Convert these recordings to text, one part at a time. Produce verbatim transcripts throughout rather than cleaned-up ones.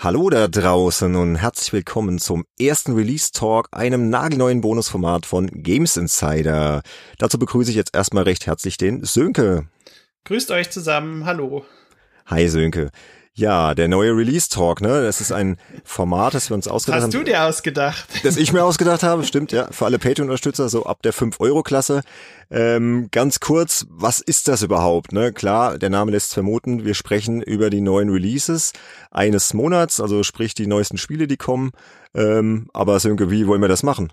Hallo da draußen und herzlich willkommen zum ersten Release-Talk, einem nagelneuen Bonusformat von Games Insider. Dazu begrüße ich jetzt erstmal recht herzlich den Sönke. Grüßt euch zusammen, hallo. Hi Sönke. Ja, der neue Release-Talk, ne? Das ist ein Format, das wir uns ausgedacht haben. Hast du dir ausgedacht? Das ich mir ausgedacht habe, stimmt, ja. Für alle Patreon-Unterstützer, so ab der fünf Euro Klasse. Ähm, ganz kurz, was ist das überhaupt, ne? Klar, der Name lässt vermuten, wir sprechen über die neuen Releases eines Monats, also sprich die neuesten Spiele, die kommen. Ähm, aber Sönke, wie wollen wir das machen?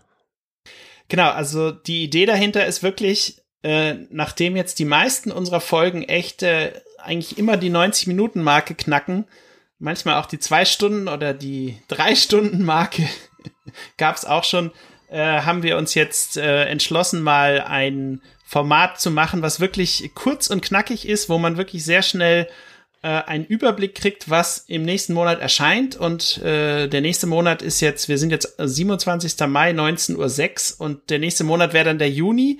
Genau, also die Idee dahinter ist wirklich, äh, nachdem jetzt die meisten unserer Folgen echt äh, eigentlich immer die neunzig-Minuten-Marke knacken, manchmal auch die zwei Stunden oder die drei Stunden Marke gab es auch schon, äh, haben wir uns jetzt äh, entschlossen, mal ein Format zu machen, was wirklich kurz und knackig ist, wo man wirklich sehr schnell äh, einen Überblick kriegt, was im nächsten Monat erscheint. Und äh, der nächste Monat ist jetzt, wir sind jetzt siebenundzwanzigster Mai, neunzehn Uhr sechs und der nächste Monat wäre dann der Juni,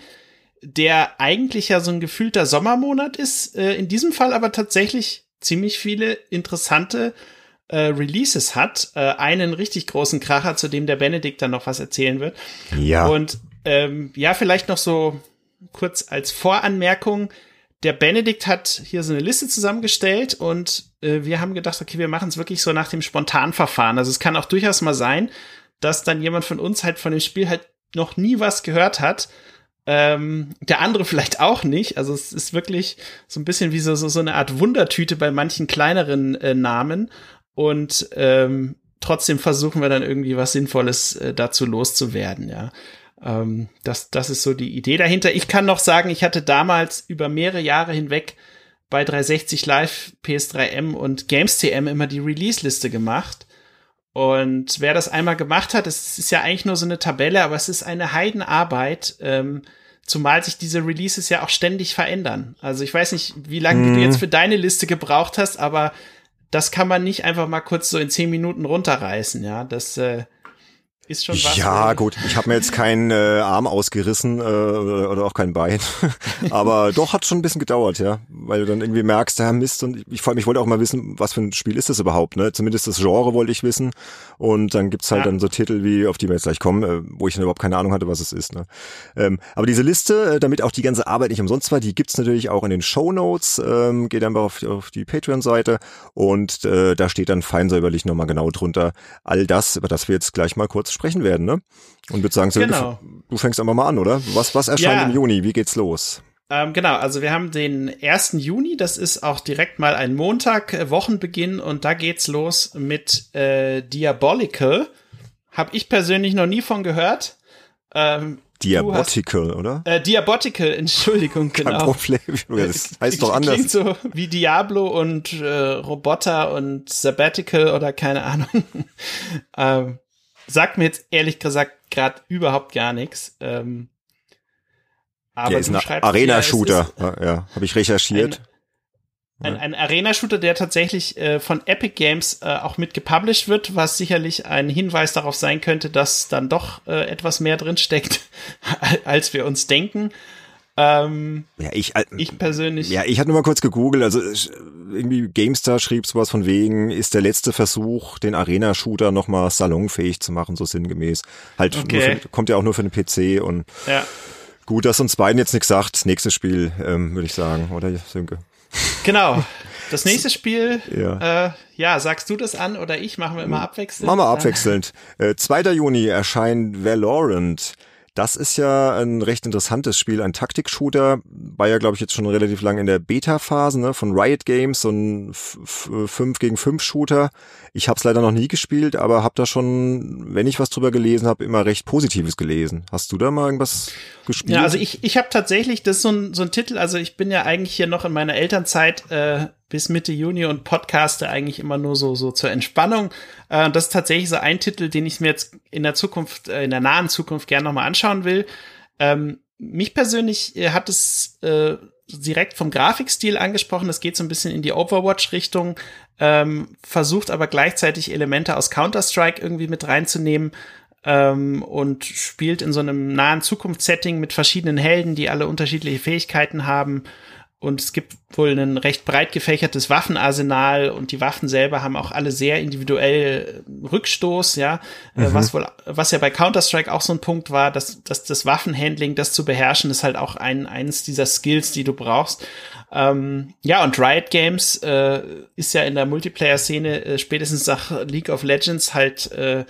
der eigentlich ja so ein gefühlter Sommermonat ist, äh, in diesem Fall aber tatsächlich ziemlich viele interessante äh, Releases hat. Äh, einen richtig großen Kracher, zu dem der Benedikt dann noch was erzählen wird. Ja. Und ähm, ja, vielleicht noch so kurz als Voranmerkung. Der Benedikt hat hier so eine Liste zusammengestellt und äh, wir haben gedacht, okay, wir machen es wirklich so nach dem Spontanverfahren. Also es kann auch durchaus mal sein, dass dann jemand von uns halt von dem Spiel halt noch nie was gehört hat. Ähm, der andere vielleicht auch nicht. Also es ist wirklich so ein bisschen wie so, so, so eine Art Wundertüte bei manchen kleineren äh, Namen. Und ähm, trotzdem versuchen wir dann irgendwie was Sinnvolles äh, dazu loszuwerden, ja. Ähm, das, das ist so die Idee dahinter. Ich kann noch sagen, ich hatte damals über mehrere Jahre hinweg bei dreihundertsechzig Live, P S drei M und Games T M immer die Release-Liste gemacht. Und wer das einmal gemacht hat, es ist ja eigentlich nur so eine Tabelle, aber es ist eine Heidenarbeit, ähm, zumal sich diese Releases ja auch ständig verändern. Also ich weiß nicht, wie lange hm. du jetzt für deine Liste gebraucht hast, aber das kann man nicht einfach mal kurz so in zehn Minuten runterreißen, ja. Das äh, ist schon was. Ja, gut, ich habe mir jetzt keinen äh, Arm ausgerissen äh, oder, oder auch kein Bein, aber doch hat schon ein bisschen gedauert, ja, weil du dann irgendwie merkst, ja Mist, und ich vor allem, ich wollte auch mal wissen, was für ein Spiel ist das überhaupt, ne? Zumindest das Genre wollte ich wissen und dann gibt's halt ja. dann so Titel wie, auf die wir jetzt gleich kommen, äh, wo ich dann überhaupt keine Ahnung hatte, was es ist, ne? Ähm, aber diese Liste, äh, damit auch die ganze Arbeit nicht umsonst war, die gibt's natürlich auch in den Shownotes, ähm, geht einfach auf, auf die Patreon-Seite und äh, da steht dann feinsäuberlich nochmal genau drunter all das, über das wir jetzt gleich mal kurz sprechen werden, ne? Und würde sagen, genau. du, du fängst einfach mal an, oder? Was, was erscheint ja. im Juni? Wie geht's los? Ähm, genau, also wir haben den ersten Juni, das ist auch direkt mal ein Montag, äh, Wochenbeginn und da geht's los mit äh, Diabolical. Hab ich persönlich noch nie von gehört. Ähm, Diabotical, hast, oder? Äh, Diabotical, Entschuldigung, genau. Kein Problem, das heißt doch anders. Klingt so wie Diablo und äh, Roboter und Sabbatical oder keine Ahnung. ähm, sagt mir jetzt ehrlich gesagt gerade überhaupt gar nichts. Ähm, aber ja, ist ein Arena-Shooter, ja, ja habe ich recherchiert. Ein, ein, ein Arena-Shooter, der tatsächlich äh, von Epic Games äh, auch mit gepublished wird, was sicherlich ein Hinweis darauf sein könnte, dass dann doch äh, etwas mehr drin steckt, als wir uns denken. Ähm, ja, ich, äh, ich persönlich. Ja, ich hatte nur mal kurz gegoogelt, also irgendwie GameStar schrieb sowas von wegen, ist der letzte Versuch, den Arena-Shooter nochmal salonfähig zu machen, so sinngemäß. Halt, okay. nur für, kommt ja auch nur für den P C und ja. Gut, dass uns beiden jetzt nichts sagt. Nächstes Spiel, ähm, würde ich sagen, oder Sönke? Genau. Das nächste Spiel, ja. Äh, ja, sagst du das an oder ich? Machen wir immer abwechselnd? Machen wir abwechselnd. Äh, zweiter Juni erscheint Valorant. Das ist ja ein recht interessantes Spiel, ein Taktik-Shooter, war ja, glaube ich, jetzt schon relativ lang in der Beta-Phase, ne, von Riot Games, so ein fünf gegen fünf Shooter. Ich habe es leider noch nie gespielt, aber habe da schon, wenn ich was drüber gelesen habe, immer recht Positives gelesen. Hast du da mal irgendwas gespielt? Ja, also ich ich habe tatsächlich, das ist so ein, so ein Titel, also ich bin ja eigentlich hier noch in meiner Elternzeit äh, bis Mitte Juni und podcaste eigentlich immer nur so so zur Entspannung. Äh, das ist tatsächlich so ein Titel, den ich mir jetzt in der Zukunft, äh, in der nahen Zukunft gerne nochmal anschauen will. Ähm, mich persönlich äh, hat es äh, direkt vom Grafikstil angesprochen. Das geht so ein bisschen in die Overwatch-Richtung, ähm, versucht aber gleichzeitig Elemente aus Counter-Strike irgendwie mit reinzunehmen ähm, und spielt in so einem nahen Zukunftssetting mit verschiedenen Helden, die alle unterschiedliche Fähigkeiten haben. und es gibt wohl ein recht breit gefächertes Waffenarsenal und die Waffen selber haben auch alle sehr individuell Rückstoß, ja, mhm. was wohl, was ja bei Counter-Strike auch so ein Punkt war, dass, dass das Waffenhandling, das zu beherrschen, ist halt auch ein, eines dieser Skills, die du brauchst. Ähm, ja, und Riot Games äh, ist ja in der Multiplayer-Szene äh, spätestens nach League of Legends halt äh,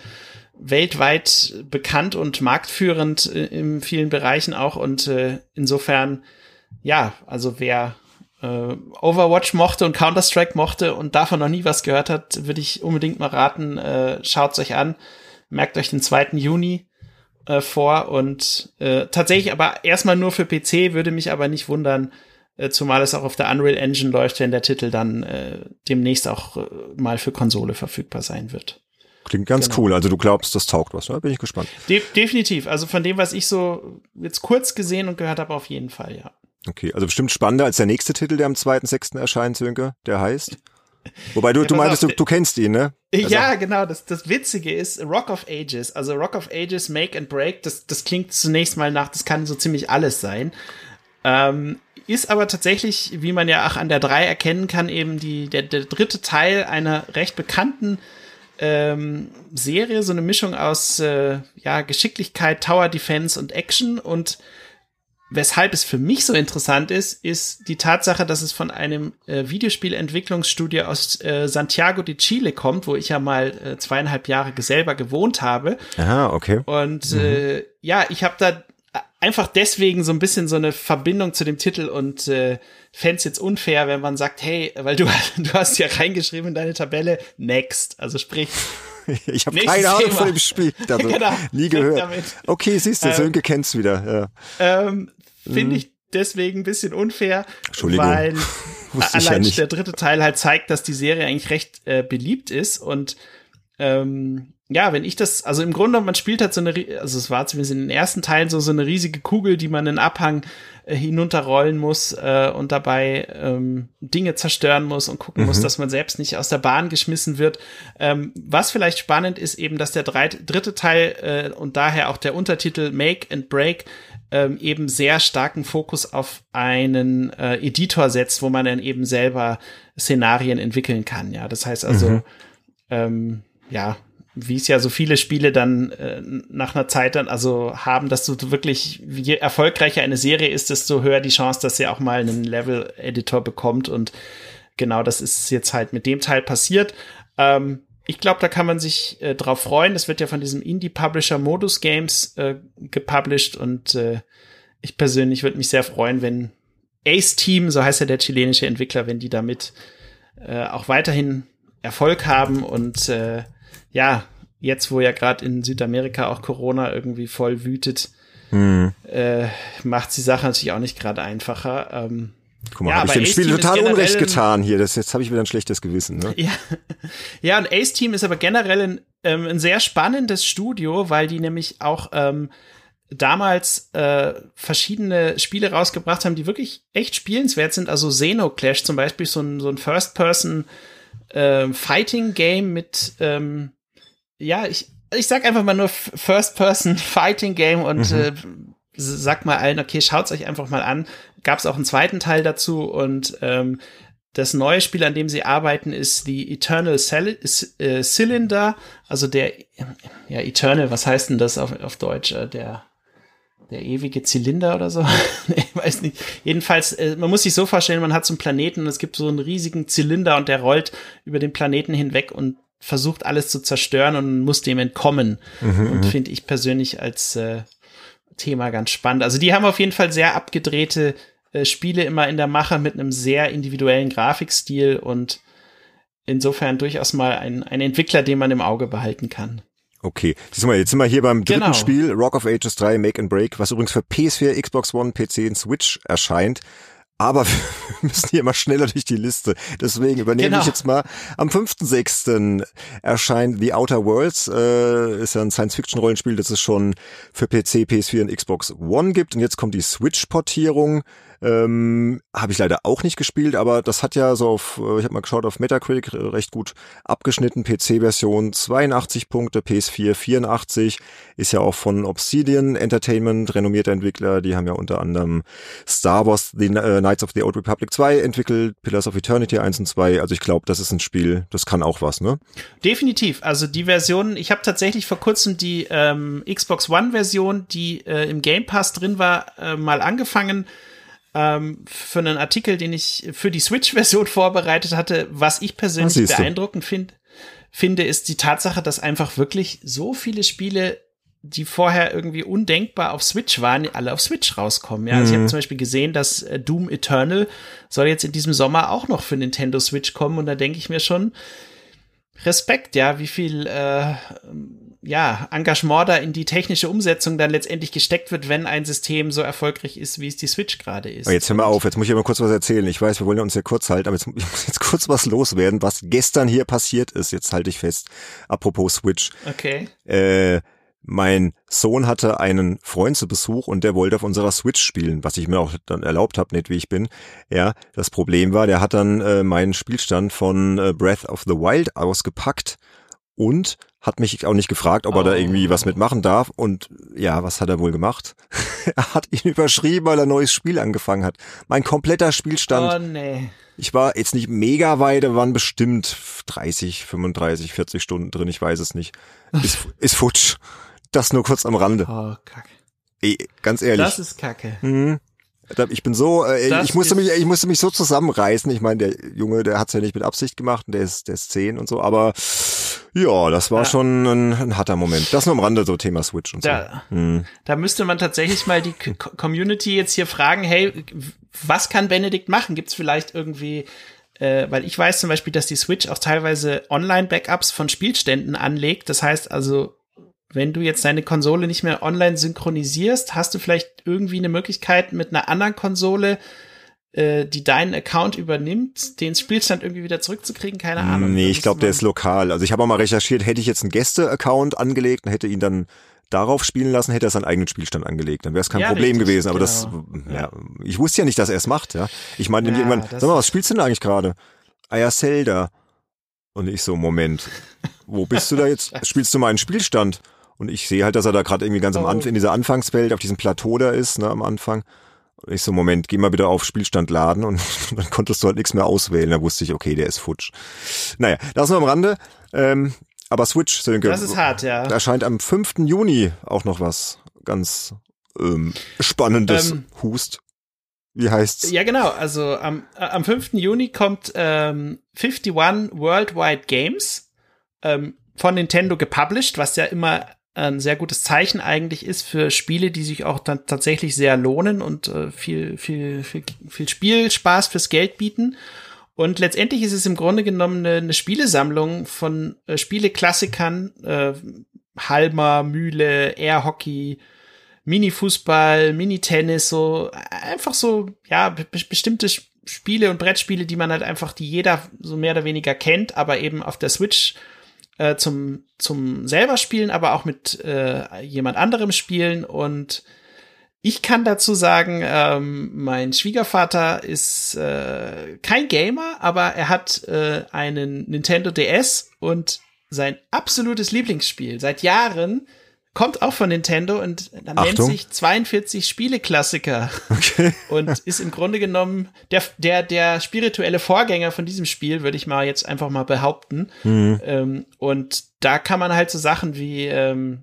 weltweit bekannt und marktführend äh, in vielen Bereichen auch und äh, insofern ja, also wer äh, Overwatch mochte und Counter-Strike mochte und davon noch nie was gehört hat, würde ich unbedingt mal raten, äh, schaut's euch an, merkt euch den zweiten Juni äh, vor und äh, tatsächlich aber erstmal nur für P C, würde mich aber nicht wundern, äh, zumal es auch auf der Unreal Engine läuft, wenn der Titel dann äh, demnächst auch äh, mal für Konsole verfügbar sein wird. Klingt ganz genau. Cool, also du glaubst, das taugt was, ne? Bin ich gespannt. De- definitiv, also von dem, was ich so jetzt kurz gesehen und gehört habe, auf jeden Fall, ja. Okay, also bestimmt spannender als der nächste Titel, der am zweiten sechsten erscheint, Sönke, der heißt. Wobei du, ja, du meintest, auf, du, du kennst ihn, ne? Also ja, genau, das, das Witzige ist Rock of Ages, also Rock of Ages, Make and Break, das, das klingt zunächst mal nach, das kann so ziemlich alles sein. Ähm, ist aber tatsächlich, wie man ja auch an der drei erkennen kann, eben die, der, der dritte Teil einer recht bekannten ähm, Serie, so eine Mischung aus äh, ja, Geschicklichkeit, Tower Defense und Action und weshalb es für mich so interessant ist, ist die Tatsache, dass es von einem äh, Videospielentwicklungsstudio aus äh, Santiago de Chile kommt, wo ich ja mal äh, zweieinhalb Jahre selber gewohnt habe. Aha, okay. Und mhm. äh, ja, ich habe da einfach deswegen so ein bisschen so eine Verbindung zu dem Titel und äh, fände es jetzt unfair, wenn man sagt, hey, weil du, du hast ja reingeschrieben in deine Tabelle, next. Also sprich, ich habe keine Ahnung von dem Spiel, also genau, nie gehört. Damit. Okay, siehst du, ähm, Sönke kennt's wieder. Ja. Ähm, Finde ich deswegen ein bisschen unfair, Entschuldigung. Weil allein ja der dritte Teil halt zeigt, dass die Serie eigentlich recht äh, beliebt ist und ähm, ja, wenn ich das, also im Grunde, man spielt halt so eine, also es war zumindest in den ersten Teilen so, so eine riesige Kugel, die man einen Abhang äh, hinunterrollen muss äh, und dabei ähm, Dinge zerstören muss und gucken mhm. muss, dass man selbst nicht aus der Bahn geschmissen wird. Ähm, was vielleicht spannend ist eben, dass der drei, dritte Teil äh, und daher auch der Untertitel Make and Break ähm, eben sehr starken Fokus auf einen äh, Editor setzt, wo man dann eben selber Szenarien entwickeln kann. Ja, das heißt also, mhm. ähm, ja, wie es ja so viele Spiele dann äh, nach einer Zeit dann also haben, dass du wirklich, je erfolgreicher eine Serie ist, desto höher die Chance, dass sie auch mal einen Level-Editor bekommt und genau das ist jetzt halt mit dem Teil passiert. Ähm, ich glaube, da kann man sich äh, drauf freuen. Das wird ja von diesem Indie-Publisher Modus Games äh, gepublished und äh, ich persönlich würde mich sehr freuen, wenn Ace Team, so heißt ja der chilenische Entwickler, wenn die damit äh, auch weiterhin Erfolg haben und äh, ja, jetzt, wo ja gerade in Südamerika auch Corona irgendwie voll wütet, hm. äh, macht die Sache natürlich auch nicht gerade einfacher. Ähm, Guck mal, ja, habe ich dem Spiel total Unrecht getan hier. Das, jetzt habe ich wieder ein schlechtes Gewissen. Ne? Ja. ja, und Ace Team ist aber generell ein, ähm, ein sehr spannendes Studio, weil die nämlich auch ähm, damals äh, verschiedene Spiele rausgebracht haben, die wirklich echt spielenswert sind. Also Xenoclash zum Beispiel, so ein, so ein First-Person äh, Fighting-Game mit ähm, ja, ich, ich sag einfach mal nur First-Person-Fighting-Game und mhm. äh, sag mal allen, okay, schaut's euch einfach mal an. Gab es auch einen zweiten Teil dazu und ähm, das neue Spiel, an dem sie arbeiten, ist die Eternal Cel- äh, Cylinder, also der, ja, Eternal, was heißt denn das auf, auf Deutsch? Äh, der der ewige Zylinder oder so? Ich weiß nicht. Jedenfalls, äh, man muss sich so vorstellen, man hat so einen Planeten und es gibt so einen riesigen Zylinder und der rollt über den Planeten hinweg und versucht alles zu zerstören und muss dem entkommen. Mhm, und finde ich persönlich als äh, Thema ganz spannend. Also die haben auf jeden Fall sehr abgedrehte äh, Spiele immer in der Mache mit einem sehr individuellen Grafikstil und insofern durchaus mal ein, ein Entwickler, den man im Auge behalten kann. Okay, siehst du mal, jetzt sind wir hier beim dritten genau. Spiel, Rock of Ages drei, Make and Break, was übrigens für P S vier, Xbox One, P C und Switch erscheint. Aber wir müssen hier mal schneller durch die Liste. Deswegen übernehme genau. ich jetzt mal. Am fünften sechsten erscheint The Outer Worlds. Äh, ist ja ein Science-Fiction-Rollenspiel, das es schon für P C, P S vier und Xbox One gibt. Und jetzt kommt die Switch-Portierung. Ähm, habe ich leider auch nicht gespielt, aber das hat ja so auf, ich habe mal geschaut, auf Metacritic recht gut abgeschnitten. P C-Version zweiundachtzig Punkte, P S vier vierundachtzig, ist ja auch von Obsidian Entertainment, renommierter Entwickler. Die haben ja unter anderem Star Wars, The uh, Knights of the Old Republic zwei entwickelt, Pillars of Eternity eins und zwei. Also ich glaube, das ist ein Spiel, das kann auch was, ne? Definitiv. Also die Version, ich habe tatsächlich vor kurzem die ähm, Xbox One-Version, die äh, im Game Pass drin war, äh, mal angefangen. Für einen Artikel, den ich für die Switch-Version vorbereitet hatte. Was ich persönlich beeindruckend find, finde, ist die Tatsache, dass einfach wirklich so viele Spiele, die vorher irgendwie undenkbar auf Switch waren, alle auf Switch rauskommen. Ja, mhm. also ich habe zum Beispiel gesehen, dass Doom Eternal soll jetzt in diesem Sommer auch noch für Nintendo Switch kommen, und da denke ich mir schon, Respekt, ja, wie viel äh, ja, Engagement da in die technische Umsetzung dann letztendlich gesteckt wird, wenn ein System so erfolgreich ist, wie es die Switch gerade ist. Aber jetzt hör mal auf, jetzt muss ich aber kurz was erzählen. Ich weiß, wir wollen uns ja kurz halten, aber jetzt, ich muss jetzt kurz was loswerden, was gestern hier passiert ist. Jetzt halte ich fest, apropos Switch. Okay. Äh, mein Sohn hatte einen Freund zu Besuch und der wollte auf unserer Switch spielen, was ich mir auch dann erlaubt habe, nicht wie ich bin. Ja, das Problem war, der hat dann äh, meinen Spielstand von äh, Breath of the Wild ausgepackt und hat mich auch nicht gefragt, ob er oh. da irgendwie was mitmachen darf. Und ja, was hat er wohl gemacht? Er hat ihn überschrieben, weil er ein neues Spiel angefangen hat. Mein kompletter Spielstand. Oh nee. Ich war jetzt nicht mega weit, da waren bestimmt dreißig, fünfunddreißig, vierzig Stunden drin, ich weiß es nicht. Ist, ist futsch. Das nur kurz am Rande. Oh, Kacke. Ey, ganz ehrlich. Das ist Kacke. Mhm. Ich bin so, äh, ich musste mich, ich musste mich so zusammenreißen. Ich meine, der Junge, der hat's ja nicht mit Absicht gemacht, der ist, der ist zehn und so, aber ja, das war ja. schon ein, ein harter Moment. Das nur am Rande, so Thema Switch und da, so. Mhm. Da müsste man tatsächlich mal die Community jetzt hier fragen, hey, was kann Benedikt machen? Gibt's vielleicht irgendwie, äh, weil ich weiß zum Beispiel, dass die Switch auch teilweise Online-Backups von Spielständen anlegt. Das heißt also, wenn du jetzt deine Konsole nicht mehr online synchronisierst, hast du vielleicht irgendwie eine Möglichkeit mit einer anderen Konsole, äh, die deinen Account übernimmt, den Spielstand irgendwie wieder zurückzukriegen? Keine Ahnung. Nee, ich glaube, der ist lokal. Also ich habe auch mal recherchiert, hätte ich jetzt einen Gäste-Account angelegt und hätte ihn dann darauf spielen lassen, hätte er seinen eigenen Spielstand angelegt. Dann wäre es kein ja, Problem richtig, gewesen. Aber genau. das, ja, ich wusste ja nicht, dass er es macht. Ja, Ich meine, ja, irgendwann, sag mal, was spielst du denn eigentlich gerade? Ah ja, Zelda. Und ich so, Moment, wo bist du da jetzt? Spielst du meinen Spielstand? Und ich sehe halt, dass er da gerade irgendwie ganz am Anfang, in dieser Anfangswelt, auf diesem Plateau da ist, ne, am Anfang. Und ich so, Moment, geh mal wieder auf Spielstand laden und dann konntest du halt nichts mehr auswählen. Da wusste ich, okay, der ist futsch. Naja, das nur am Rande. Ähm, aber Switch, Sönke, das ist hart, ja. Da erscheint am fünften Juni auch noch was ganz ähm, Spannendes. Ähm, Hust. Wie heißt's? Ja, genau. Also am, am fünften Juni kommt ähm, einundfünfzig Worldwide Games ähm, von Nintendo gepublished, was ja immer ein sehr gutes Zeichen eigentlich ist für Spiele, die sich auch dann tatsächlich sehr lohnen und äh, viel, viel, viel, viel Spielspaß fürs Geld bieten. Und letztendlich ist es im Grunde genommen eine, eine Spielesammlung von äh, Spieleklassikern, äh, Halma, Mühle, Airhockey, Mini-Fußball, Mini-Tennis, so einfach so, ja, be- bestimmte Spiele und Brettspiele, die man halt einfach, die jeder so mehr oder weniger kennt, aber eben auf der Switch Äh, zum zum selber spielen, aber auch mit äh, jemand anderem spielen. Und ich kann dazu sagen, ähm, mein Schwiegervater ist äh, kein Gamer, aber er hat äh, einen Nintendo D S und sein absolutes Lieblingsspiel seit Jahren kommt auch von Nintendo und nennt sich zweiundvierzig Spieleklassiker. Okay. Und ist im Grunde genommen der, der, der spirituelle Vorgänger von diesem Spiel, würde ich mal jetzt einfach mal behaupten. Mhm. Ähm, und da kann man halt so Sachen wie ähm,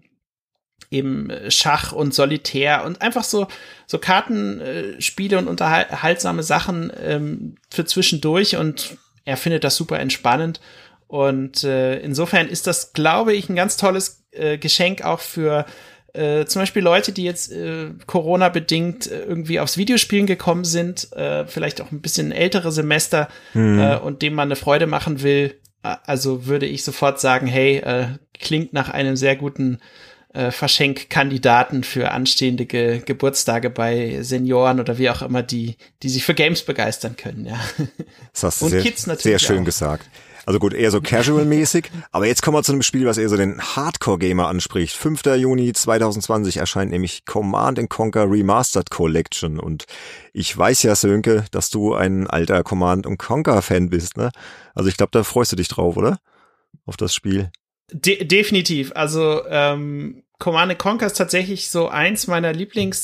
eben Schach und Solitär und einfach so, so Kartenspiele äh, und unterhaltsame Sachen ähm, für zwischendurch, und er findet das super entspannend. Und äh, insofern ist das, glaube ich, ein ganz tolles äh, Geschenk auch für äh, zum Beispiel Leute, die jetzt äh, Corona-bedingt äh, irgendwie aufs Videospielen gekommen sind, äh, vielleicht auch ein bisschen ältere Semester mhm. äh, und dem man eine Freude machen will. Also würde ich sofort sagen, hey, äh, klingt nach einem sehr guten äh, Verschenkkandidaten für anstehende Ge- Geburtstage bei Senioren oder wie auch immer, die die sich für Games begeistern können. Ja. Das hast du sehr, Kids natürlich sehr schön auch. gesagt. Also gut, eher so casual-mäßig. Aber jetzt kommen wir zu einem Spiel, was eher so den Hardcore-Gamer anspricht. fünfter Juni zweitausendzwanzig erscheint nämlich Command and Conquer Remastered Collection. Und ich weiß ja, Sönke, dass du ein alter Command and Conquer-Fan bist, ne? Also ich glaube, da freust du dich drauf, oder? Auf das Spiel. De- definitiv. Also ähm, Command and Conquer ist tatsächlich so eins meiner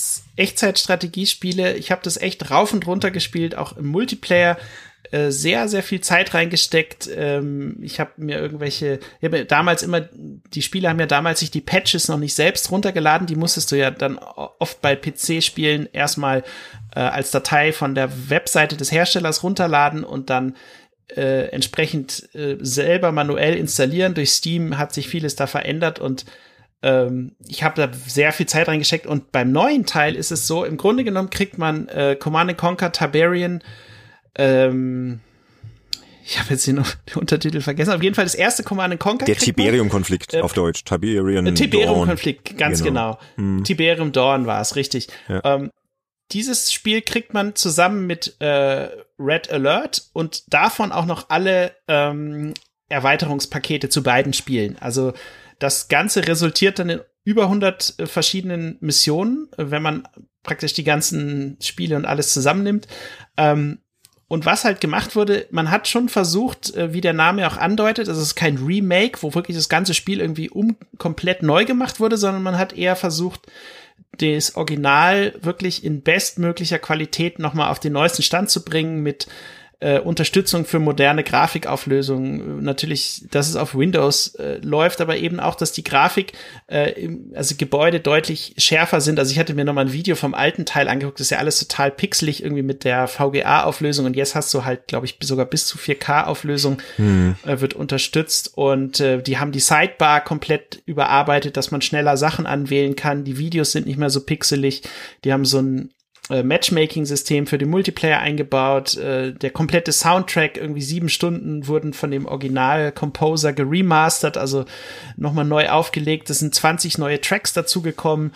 Lieblings-Echtzeit-Strategiespiele. Ich habe das echt rauf und runter gespielt, auch im Multiplayer. Äh, sehr, sehr viel Zeit reingesteckt. Ähm, ich habe mir irgendwelche, ich habe damals immer, die Spieler haben ja damals sich die Patches noch nicht selbst runtergeladen. Die musstest du ja dann oft bei P C-Spielen erstmal äh, als Datei von der Webseite des Herstellers runterladen und dann äh, entsprechend äh, selber manuell installieren. Durch Steam hat sich vieles da verändert und ähm, ich habe da sehr viel Zeit reingesteckt. Und beim neuen Teil ist es so, im Grunde genommen kriegt man äh, Command and Conquer Tiberian. Ähm, ich habe jetzt hier noch den Untertitel vergessen. Auf jeden Fall das erste Command and Conquer. Der Tiberium-Konflikt äh, auf Deutsch. Tiberian äh, Tiberium-Konflikt, ganz genau. genau. Hm. Tiberium Dawn war es, richtig. Ja. Ähm, dieses Spiel kriegt man zusammen mit äh, Red Alert und davon auch noch alle ähm, Erweiterungspakete zu beiden Spielen. Also das Ganze resultiert dann in über hundert äh, verschiedenen Missionen, äh, wenn man praktisch die ganzen Spiele und alles zusammennimmt. Ähm, Und was halt gemacht wurde, man hat schon versucht, wie der Name auch andeutet, also es ist kein Remake, wo wirklich das ganze Spiel irgendwie um komplett neu gemacht wurde, sondern man hat eher versucht, das Original wirklich in bestmöglicher Qualität nochmal auf den neuesten Stand zu bringen mit äh, Unterstützung für moderne Grafikauflösungen. Natürlich, dass es auf Windows äh, läuft, aber eben auch, dass die Grafik, äh, im, also Gebäude deutlich schärfer sind. Also ich hatte mir noch mal ein Video vom alten Teil angeguckt, das ist ja alles total pixelig irgendwie mit der V G A-Auflösung und jetzt hast du halt, glaube ich, sogar bis zu vier K-Auflösung hm. äh, wird unterstützt und äh, die haben die Sidebar komplett überarbeitet, dass man schneller Sachen anwählen kann. Die Videos sind nicht mehr so pixelig. Die haben so ein Matchmaking-System für den Multiplayer eingebaut. Äh, der komplette Soundtrack, irgendwie sieben Stunden, wurden von dem Original-Composer geremastert, also nochmal neu aufgelegt. Es sind zwanzig neue Tracks dazugekommen.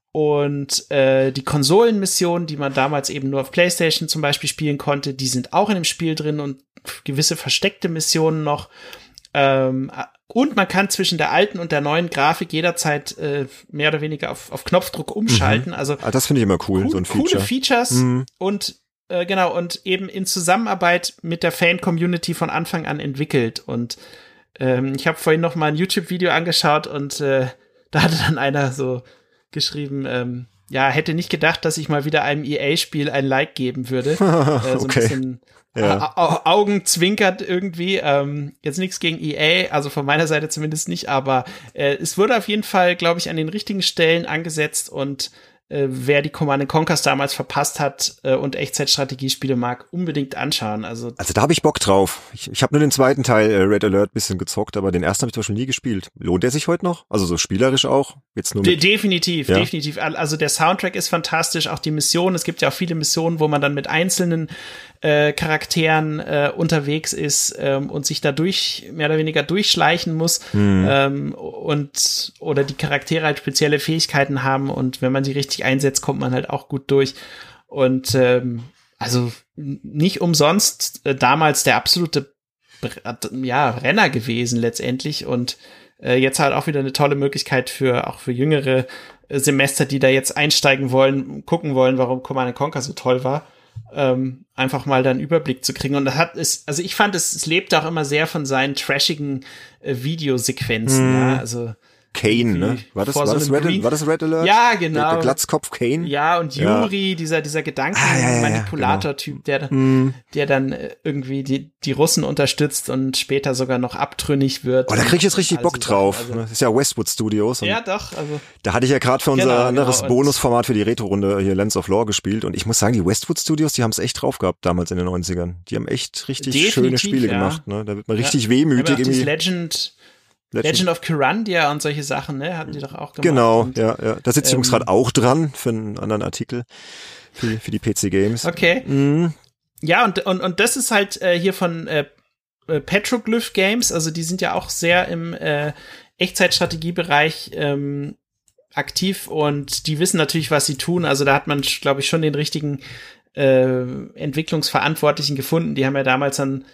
Und äh, die Konsolenmissionen, die man damals eben nur auf PlayStation zum Beispiel spielen konnte, die sind auch in dem Spiel drin und gewisse versteckte Missionen noch. Ähm, und man kann zwischen der alten und der neuen Grafik jederzeit äh, mehr oder weniger auf, auf Knopfdruck umschalten. Mhm. Also ah, das finde ich immer cool, cool, so ein Feature. Coole Features mhm. und äh, genau, und eben in Zusammenarbeit mit der Fan-Community von Anfang an entwickelt. Und ähm, ich habe vorhin noch mal ein YouTube-Video angeschaut und äh, da hatte dann einer so geschrieben, ähm, ja, hätte nicht gedacht, dass ich mal wieder einem E A-Spiel ein Like geben würde. äh, so okay. ein bisschen ja. Au- Augen zwinkert irgendwie. Ähm, jetzt nichts gegen E A, also von meiner Seite zumindest nicht, aber äh, es wurde auf jeden Fall, glaube ich, an den richtigen Stellen angesetzt und äh, wer die Command and Conquers damals verpasst hat äh, und Echtzeitstrategiespiele mag, unbedingt anschauen. Also, also da habe ich Bock drauf. Ich, ich habe nur den zweiten Teil äh, Red Alert bisschen gezockt, aber den ersten habe ich zwar schon nie gespielt. Lohnt der sich heute noch? Also so spielerisch auch? Jetzt nur de- mit definitiv, ja? definitiv. Also der Soundtrack ist fantastisch, auch die Missionen. Es gibt ja auch viele Missionen, wo man dann mit einzelnen äh, Charakteren äh, unterwegs ist ähm, und sich dadurch mehr oder weniger durchschleichen muss mhm. ähm, und oder die Charaktere halt spezielle Fähigkeiten haben und wenn man sie richtig einsetzt, kommt man halt auch gut durch. Und ähm, also nicht umsonst äh, damals der absolute ja, Renner gewesen letztendlich und äh, jetzt halt auch wieder eine tolle Möglichkeit für auch für jüngere äh, Semester, die da jetzt einsteigen wollen, gucken wollen, warum Command and Conquer so toll war. Ähm, einfach mal da einen Überblick zu kriegen. Und das hat es, also ich fand, es, es lebt auch immer sehr von seinen trashigen äh, Videosequenzen, mm. ja, also Kane, ne? War das, war, so das Red, Green- war das Red Alert? Ja, genau. Der, der Glatzkopf Kane? Ja, und Yuri, ja. dieser, dieser Gedankenmanipulator-Typ, ah, ja, ja, ja, genau. der, mm. der dann irgendwie die, die Russen unterstützt und später sogar noch abtrünnig wird. Oh, da krieg ich jetzt richtig Bock drauf. Also, das ist ja Westwood Studios. Und ja, doch. Also, da hatte ich ja gerade für unser genau, anderes genau. Bonusformat für die Retro-Runde hier Lens of Lore gespielt. Und ich muss sagen, die Westwood Studios, die haben es echt drauf gehabt damals in den neunzigern. Die haben echt richtig Definitiv, schöne Spiele ja. gemacht. Ne? Da wird man richtig ja. wehmütig. Irgendwie. Legend... Legend. Legend of Kyrandia und solche Sachen, ne, hatten die doch auch gemacht. Genau, und, ja, ja. Da sitze ich ähm, übrigens gerade auch dran für einen anderen Artikel für, für die P C Games. Okay. Mhm. Ja, und, und, und das ist halt äh, hier von äh, Petroglyph Games, also die sind ja auch sehr im äh, Echtzeitstrategiebereich ähm, aktiv und die wissen natürlich, was sie tun. Also da hat man, glaube ich, schon den richtigen äh, Entwicklungsverantwortlichen gefunden. Die haben ja damals dann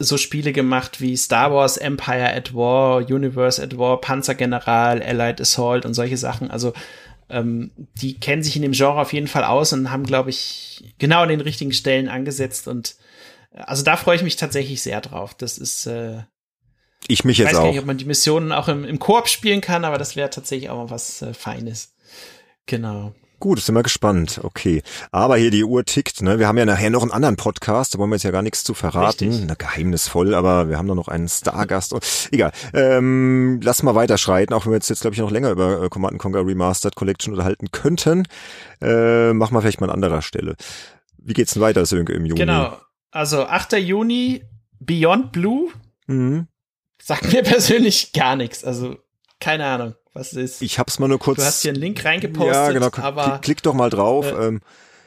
so Spiele gemacht wie Star Wars, Empire at War, Universe at War, Panzergeneral, Allied Assault und solche Sachen. Also ähm, die kennen sich in dem Genre auf jeden Fall aus und haben, glaube ich, genau an den richtigen Stellen angesetzt. Und also da freue ich mich tatsächlich sehr drauf. Das ist äh, ich mich jetzt weiß auch. gar nicht, ob man die Missionen auch im, im Koop spielen kann, aber das wäre tatsächlich auch mal was äh, Feines. Genau. Gut, sind wir gespannt. Okay. Aber hier die Uhr tickt, ne? Wir haben ja nachher noch einen anderen Podcast, da wollen wir jetzt ja gar nichts zu verraten. Na, geheimnisvoll, aber wir haben da noch einen Stargast. Oh, egal. Ähm, lass mal weiterschreiten, auch wenn wir jetzt, jetzt glaube ich, noch länger über äh, Command and Conquer Remastered Collection unterhalten könnten. Äh, machen wir vielleicht mal an anderer Stelle. Wie geht's denn weiter, Sönke, im Juni? Genau. Also achter Juni, Beyond Blue. Mhm. Sagt mir persönlich gar nichts. Also keine Ahnung. Was ist? Ich hab's mal nur kurz. Du hast hier einen Link reingepostet. Ja, genau. Aber klick, klick doch mal drauf. Äh, ähm,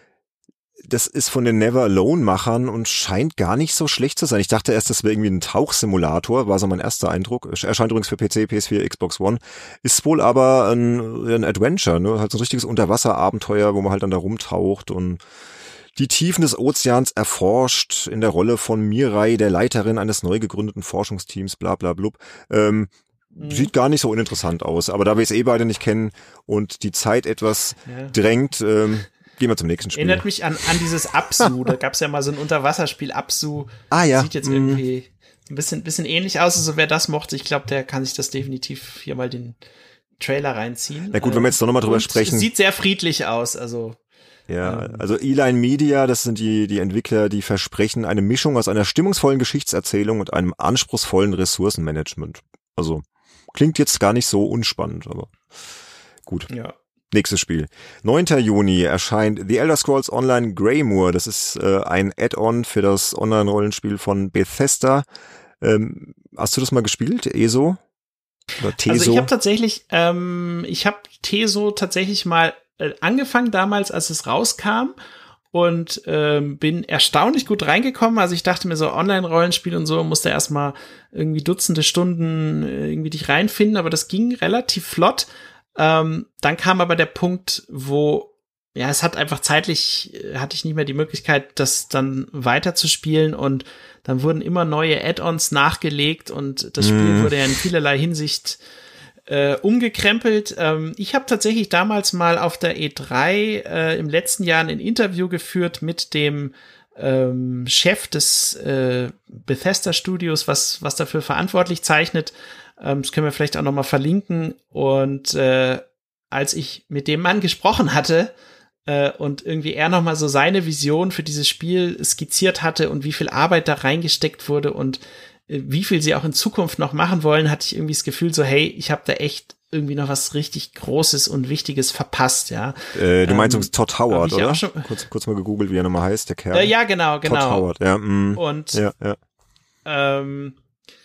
das ist von den Never Alone-Machern und scheint gar nicht so schlecht zu sein. Ich dachte erst, das wäre irgendwie ein Tauchsimulator, war so mein erster Eindruck. Erscheint übrigens für P C, P S vier, Xbox One. Ist wohl aber ein, ein Adventure, ne? Halt so ein richtiges Unterwasser-Abenteuer, wo man halt dann da rumtaucht und die Tiefen des Ozeans erforscht in der Rolle von Mirai, der Leiterin eines neu gegründeten Forschungsteams, bla bla blub. Ähm, Sieht gar nicht so uninteressant aus, aber da wir es eh beide nicht kennen und die Zeit etwas ja. drängt, ähm, gehen wir zum nächsten Spiel. Erinnert mich an, an dieses Absu, da gab's ja mal so ein Unterwasserspiel, Absu. Ah ja. Sieht jetzt irgendwie ein bisschen, bisschen ähnlich aus, also wer das mochte, ich glaube, der kann sich das definitiv hier mal den Trailer reinziehen. Na gut, wenn wir jetzt doch nochmal drüber sprechen. Sieht sehr friedlich aus, also. Ja, also E-Line Media, das sind die, die Entwickler, die versprechen eine Mischung aus einer stimmungsvollen Geschichtserzählung und einem anspruchsvollen Ressourcenmanagement. Also, klingt jetzt gar nicht so unspannend, aber gut. Ja. Nächstes Spiel. neunter Juni erscheint The Elder Scrolls Online Greymoor. Das ist äh, ein Add-on für das Online-Rollenspiel von Bethesda. Ähm, hast du das mal gespielt, E S O? Oder Teso? Also ich habe tatsächlich, ähm, ich habe Teso tatsächlich mal äh, angefangen damals, als es rauskam. Und ähm, bin erstaunlich gut reingekommen. Also ich dachte mir so, Online-Rollenspiel und so, musste erstmal irgendwie Dutzende Stunden äh, irgendwie dich reinfinden, aber das ging relativ flott. Ähm, dann kam aber der Punkt, wo, ja, es hat einfach zeitlich, äh, hatte ich nicht mehr die Möglichkeit, das dann weiterzuspielen und dann wurden immer neue Add-ons nachgelegt und das Spiel mm. wurde ja in vielerlei Hinsicht Äh, umgekrempelt. Ähm, ich habe tatsächlich damals mal auf der E drei äh, im letzten Jahr ein Interview geführt mit dem ähm, Chef des äh, Bethesda Studios, was was dafür verantwortlich zeichnet. Ähm, das können wir vielleicht auch noch mal verlinken. Und äh, als ich mit dem Mann gesprochen hatte äh, und irgendwie er noch mal so seine Vision für dieses Spiel skizziert hatte und wie viel Arbeit da reingesteckt wurde und wie viel sie auch in Zukunft noch machen wollen, hatte ich irgendwie das Gefühl so, hey, ich habe da echt irgendwie noch was richtig Großes und Wichtiges verpasst, ja. Äh, du meinst ähm, Todd Howard, oder? Schon, kurz, kurz mal gegoogelt, wie er nochmal heißt, der Kerl. Äh, ja, genau, genau. Todd Howard, ja. Mm, und ja, ja. Ähm,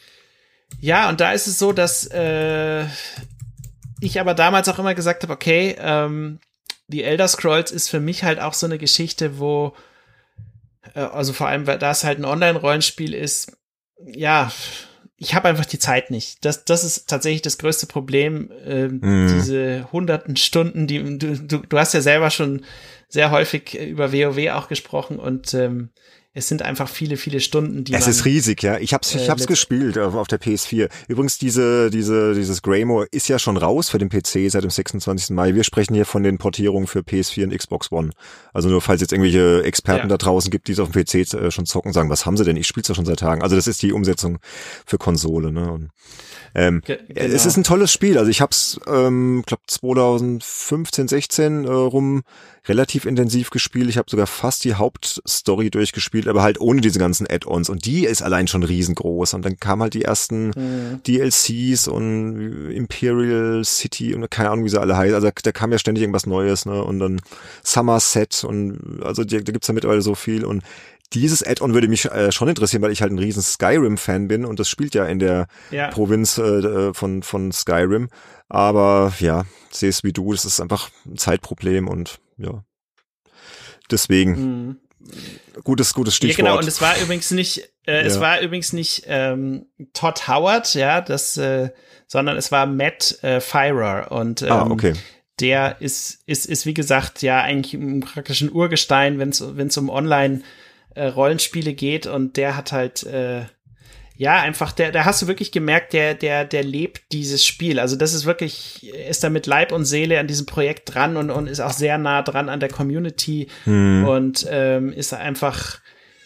ja, und da ist es so, dass äh, ich aber damals auch immer gesagt habe, okay, ähm, The Elder Scrolls ist für mich halt auch so eine Geschichte, wo äh, also vor allem, weil das halt ein Online-Rollenspiel ist, ja, ich habe einfach die Zeit nicht. Das, das ist tatsächlich das größte Problem. Äh, mm. Diese hunderten Stunden, die du, du, du hast ja selber schon sehr häufig über WoW auch gesprochen und ähm, es sind einfach viele, viele Stunden, die Es man, ist riesig, ja. Ich hab's, ich äh, hab's gespielt auf, auf der P S vier. Übrigens, diese, diese, dieses Greymoor ist ja schon raus für den P C seit dem sechsundzwanzigsten Mai. Wir sprechen hier von den Portierungen für P S vier und Xbox One. Also nur falls jetzt irgendwelche Experten ja. da draußen gibt, die es auf dem P C äh, schon zocken, sagen, was haben sie denn? Ich spiel's ja schon seit Tagen. Also das ist die Umsetzung für Konsole, ne? Und Ähm, Ge- genau. Es ist ein tolles Spiel. Also ich habe es, ähm, glaube zweitausendfünfzehn, sechzehn äh, rum relativ intensiv gespielt. Ich habe sogar fast die Hauptstory durchgespielt, aber halt ohne diese ganzen Add-ons. Und die ist allein schon riesengroß. Und dann kamen halt die ersten mhm. D L Cs und Imperial City und keine Ahnung, wie sie alle heißen. Also da kam ja ständig irgendwas Neues, ne? Und dann Somerset und also da gibt's ja mittlerweile so viel. Und dieses Add-on würde mich äh, schon interessieren, weil ich halt ein riesen Skyrim-Fan bin und das spielt ja in der ja. Provinz äh, von von Skyrim. Aber ja, sehe es wie du, das ist einfach ein Zeitproblem und ja, deswegen mhm. gutes gutes Stichwort. Ja, genau. Und es war übrigens nicht, äh, ja. es war übrigens nicht ähm, Todd Howard, ja, das, äh, sondern es war Matt äh, Firer und ähm, ah, okay. der ist ist ist wie gesagt ja eigentlich im praktischen Urgestein, wenn es wenn es um Online äh, Rollenspiele geht und der hat halt äh, ja, einfach, der, da hast du wirklich gemerkt, der, der, der lebt dieses Spiel. Also das ist wirklich, ist da mit Leib und Seele an diesem Projekt dran und, und ist auch sehr nah dran an der Community hm. und ähm, ist einfach,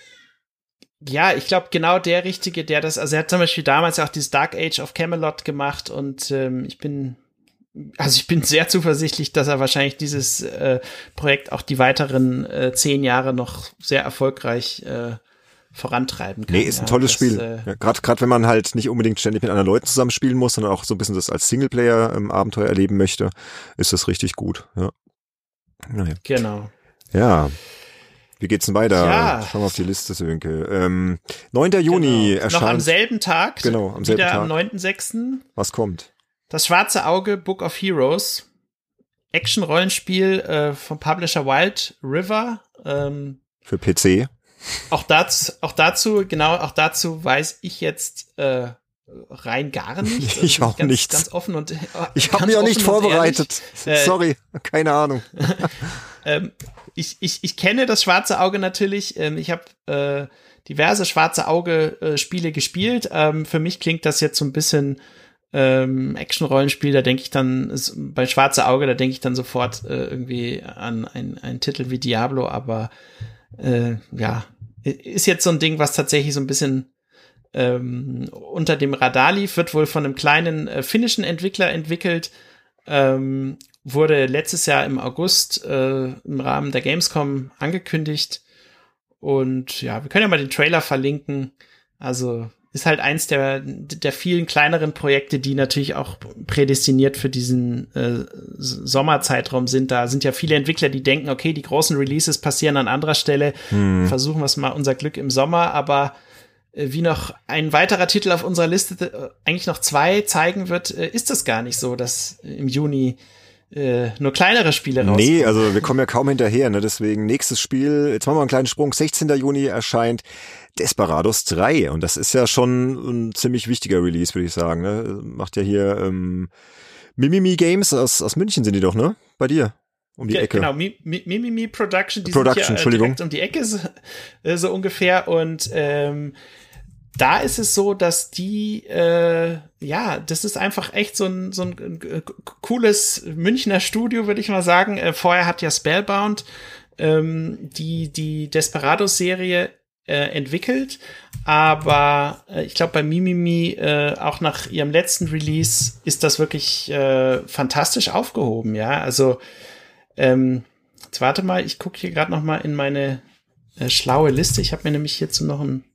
ja, ich glaube, genau der Richtige, der das, also er hat zum Beispiel damals auch dieses Dark Age of Camelot gemacht und ähm, ich bin, also ich bin sehr zuversichtlich, dass er wahrscheinlich dieses äh, Projekt auch die weiteren äh, zehn Jahre noch sehr erfolgreich äh, vorantreiben kann. Nee, ist ein ja, tolles das, Spiel. Äh, ja, Gerade gerade wenn man halt nicht unbedingt ständig mit anderen Leuten zusammenspielen muss, sondern auch so ein bisschen das als Singleplayer im Abenteuer erleben möchte, ist das richtig gut. Ja. Naja. Genau. Ja. Wie geht's denn weiter? Ja. Schauen wir auf die Liste, Sönke. Ähm, neunter Juni genau. erscheint. Noch am selben Tag. Genau, am selben wieder Tag. Am neunten sechsten Was kommt? Das Schwarze Auge, Book of Heroes. Action-Rollenspiel äh, vom Publisher Wild River. Ähm, Für P C. Auch dazu, auch dazu, genau, auch dazu weiß ich jetzt äh, rein gar nichts. Also ich auch ganz, nichts. Ganz offen und äh, ich habe mich auch nicht vorbereitet. Ehrlich, Sorry, äh, keine Ahnung. ähm, ich, ich, ich kenne das Schwarze Auge natürlich. Ähm, ich habe äh, diverse Schwarze Auge äh, Spiele gespielt. Ähm, für mich klingt das jetzt so ein bisschen ähm, Action-Rollenspiel. Da denke ich dann ist, bei Schwarze Auge, da denke ich dann sofort äh, irgendwie an einen Titel wie Diablo, aber äh, ja, ist jetzt so ein Ding, was tatsächlich so ein bisschen ähm, unter dem Radar lief, wird wohl von einem kleinen äh, finnischen Entwickler entwickelt, ähm, wurde letztes Jahr im August äh, im Rahmen der Gamescom angekündigt und ja, wir können ja mal den Trailer verlinken, also ist halt eins der der vielen kleineren Projekte, die natürlich auch prädestiniert für diesen äh, Sommerzeitraum sind. Da sind ja viele Entwickler, die denken, okay, die großen Releases passieren an anderer Stelle, hm. versuchen wir es mal unser Glück im Sommer, aber äh, wie noch ein weiterer Titel auf unserer Liste, äh, eigentlich noch zwei zeigen wird, äh, ist das gar nicht so, dass im Juni äh, nur kleinere Spiele rauskommen. Nee, also wir kommen ja kaum hinterher, ne? Deswegen nächstes Spiel, jetzt machen wir einen kleinen Sprung, sechzehnter Juni erscheint Desperados drei und das ist ja schon ein ziemlich wichtiger Release, würde ich sagen. Ne? Macht ja hier ähm, Mimimi Games aus, aus München sind die doch, ne? Bei dir um die Ge- Ecke. Genau, Mi- Mi- Mimimi Production, die Production, sind ja äh, direkt um die Ecke so, äh, so ungefähr und ähm, da ist es so, dass die, äh, ja, das ist einfach echt so ein, so ein, ein cooles Münchner Studio, würde ich mal sagen. Äh, vorher hat ja Spellbound ähm, die die Desperados-Serie äh, entwickelt, aber äh, ich glaube bei Mimimi äh, auch nach ihrem letzten Release ist das wirklich äh, fantastisch aufgehoben, ja, also ähm, jetzt warte mal, ich gucke hier gerade noch mal in meine äh, schlaue Liste, ich habe mir nämlich hierzu noch ein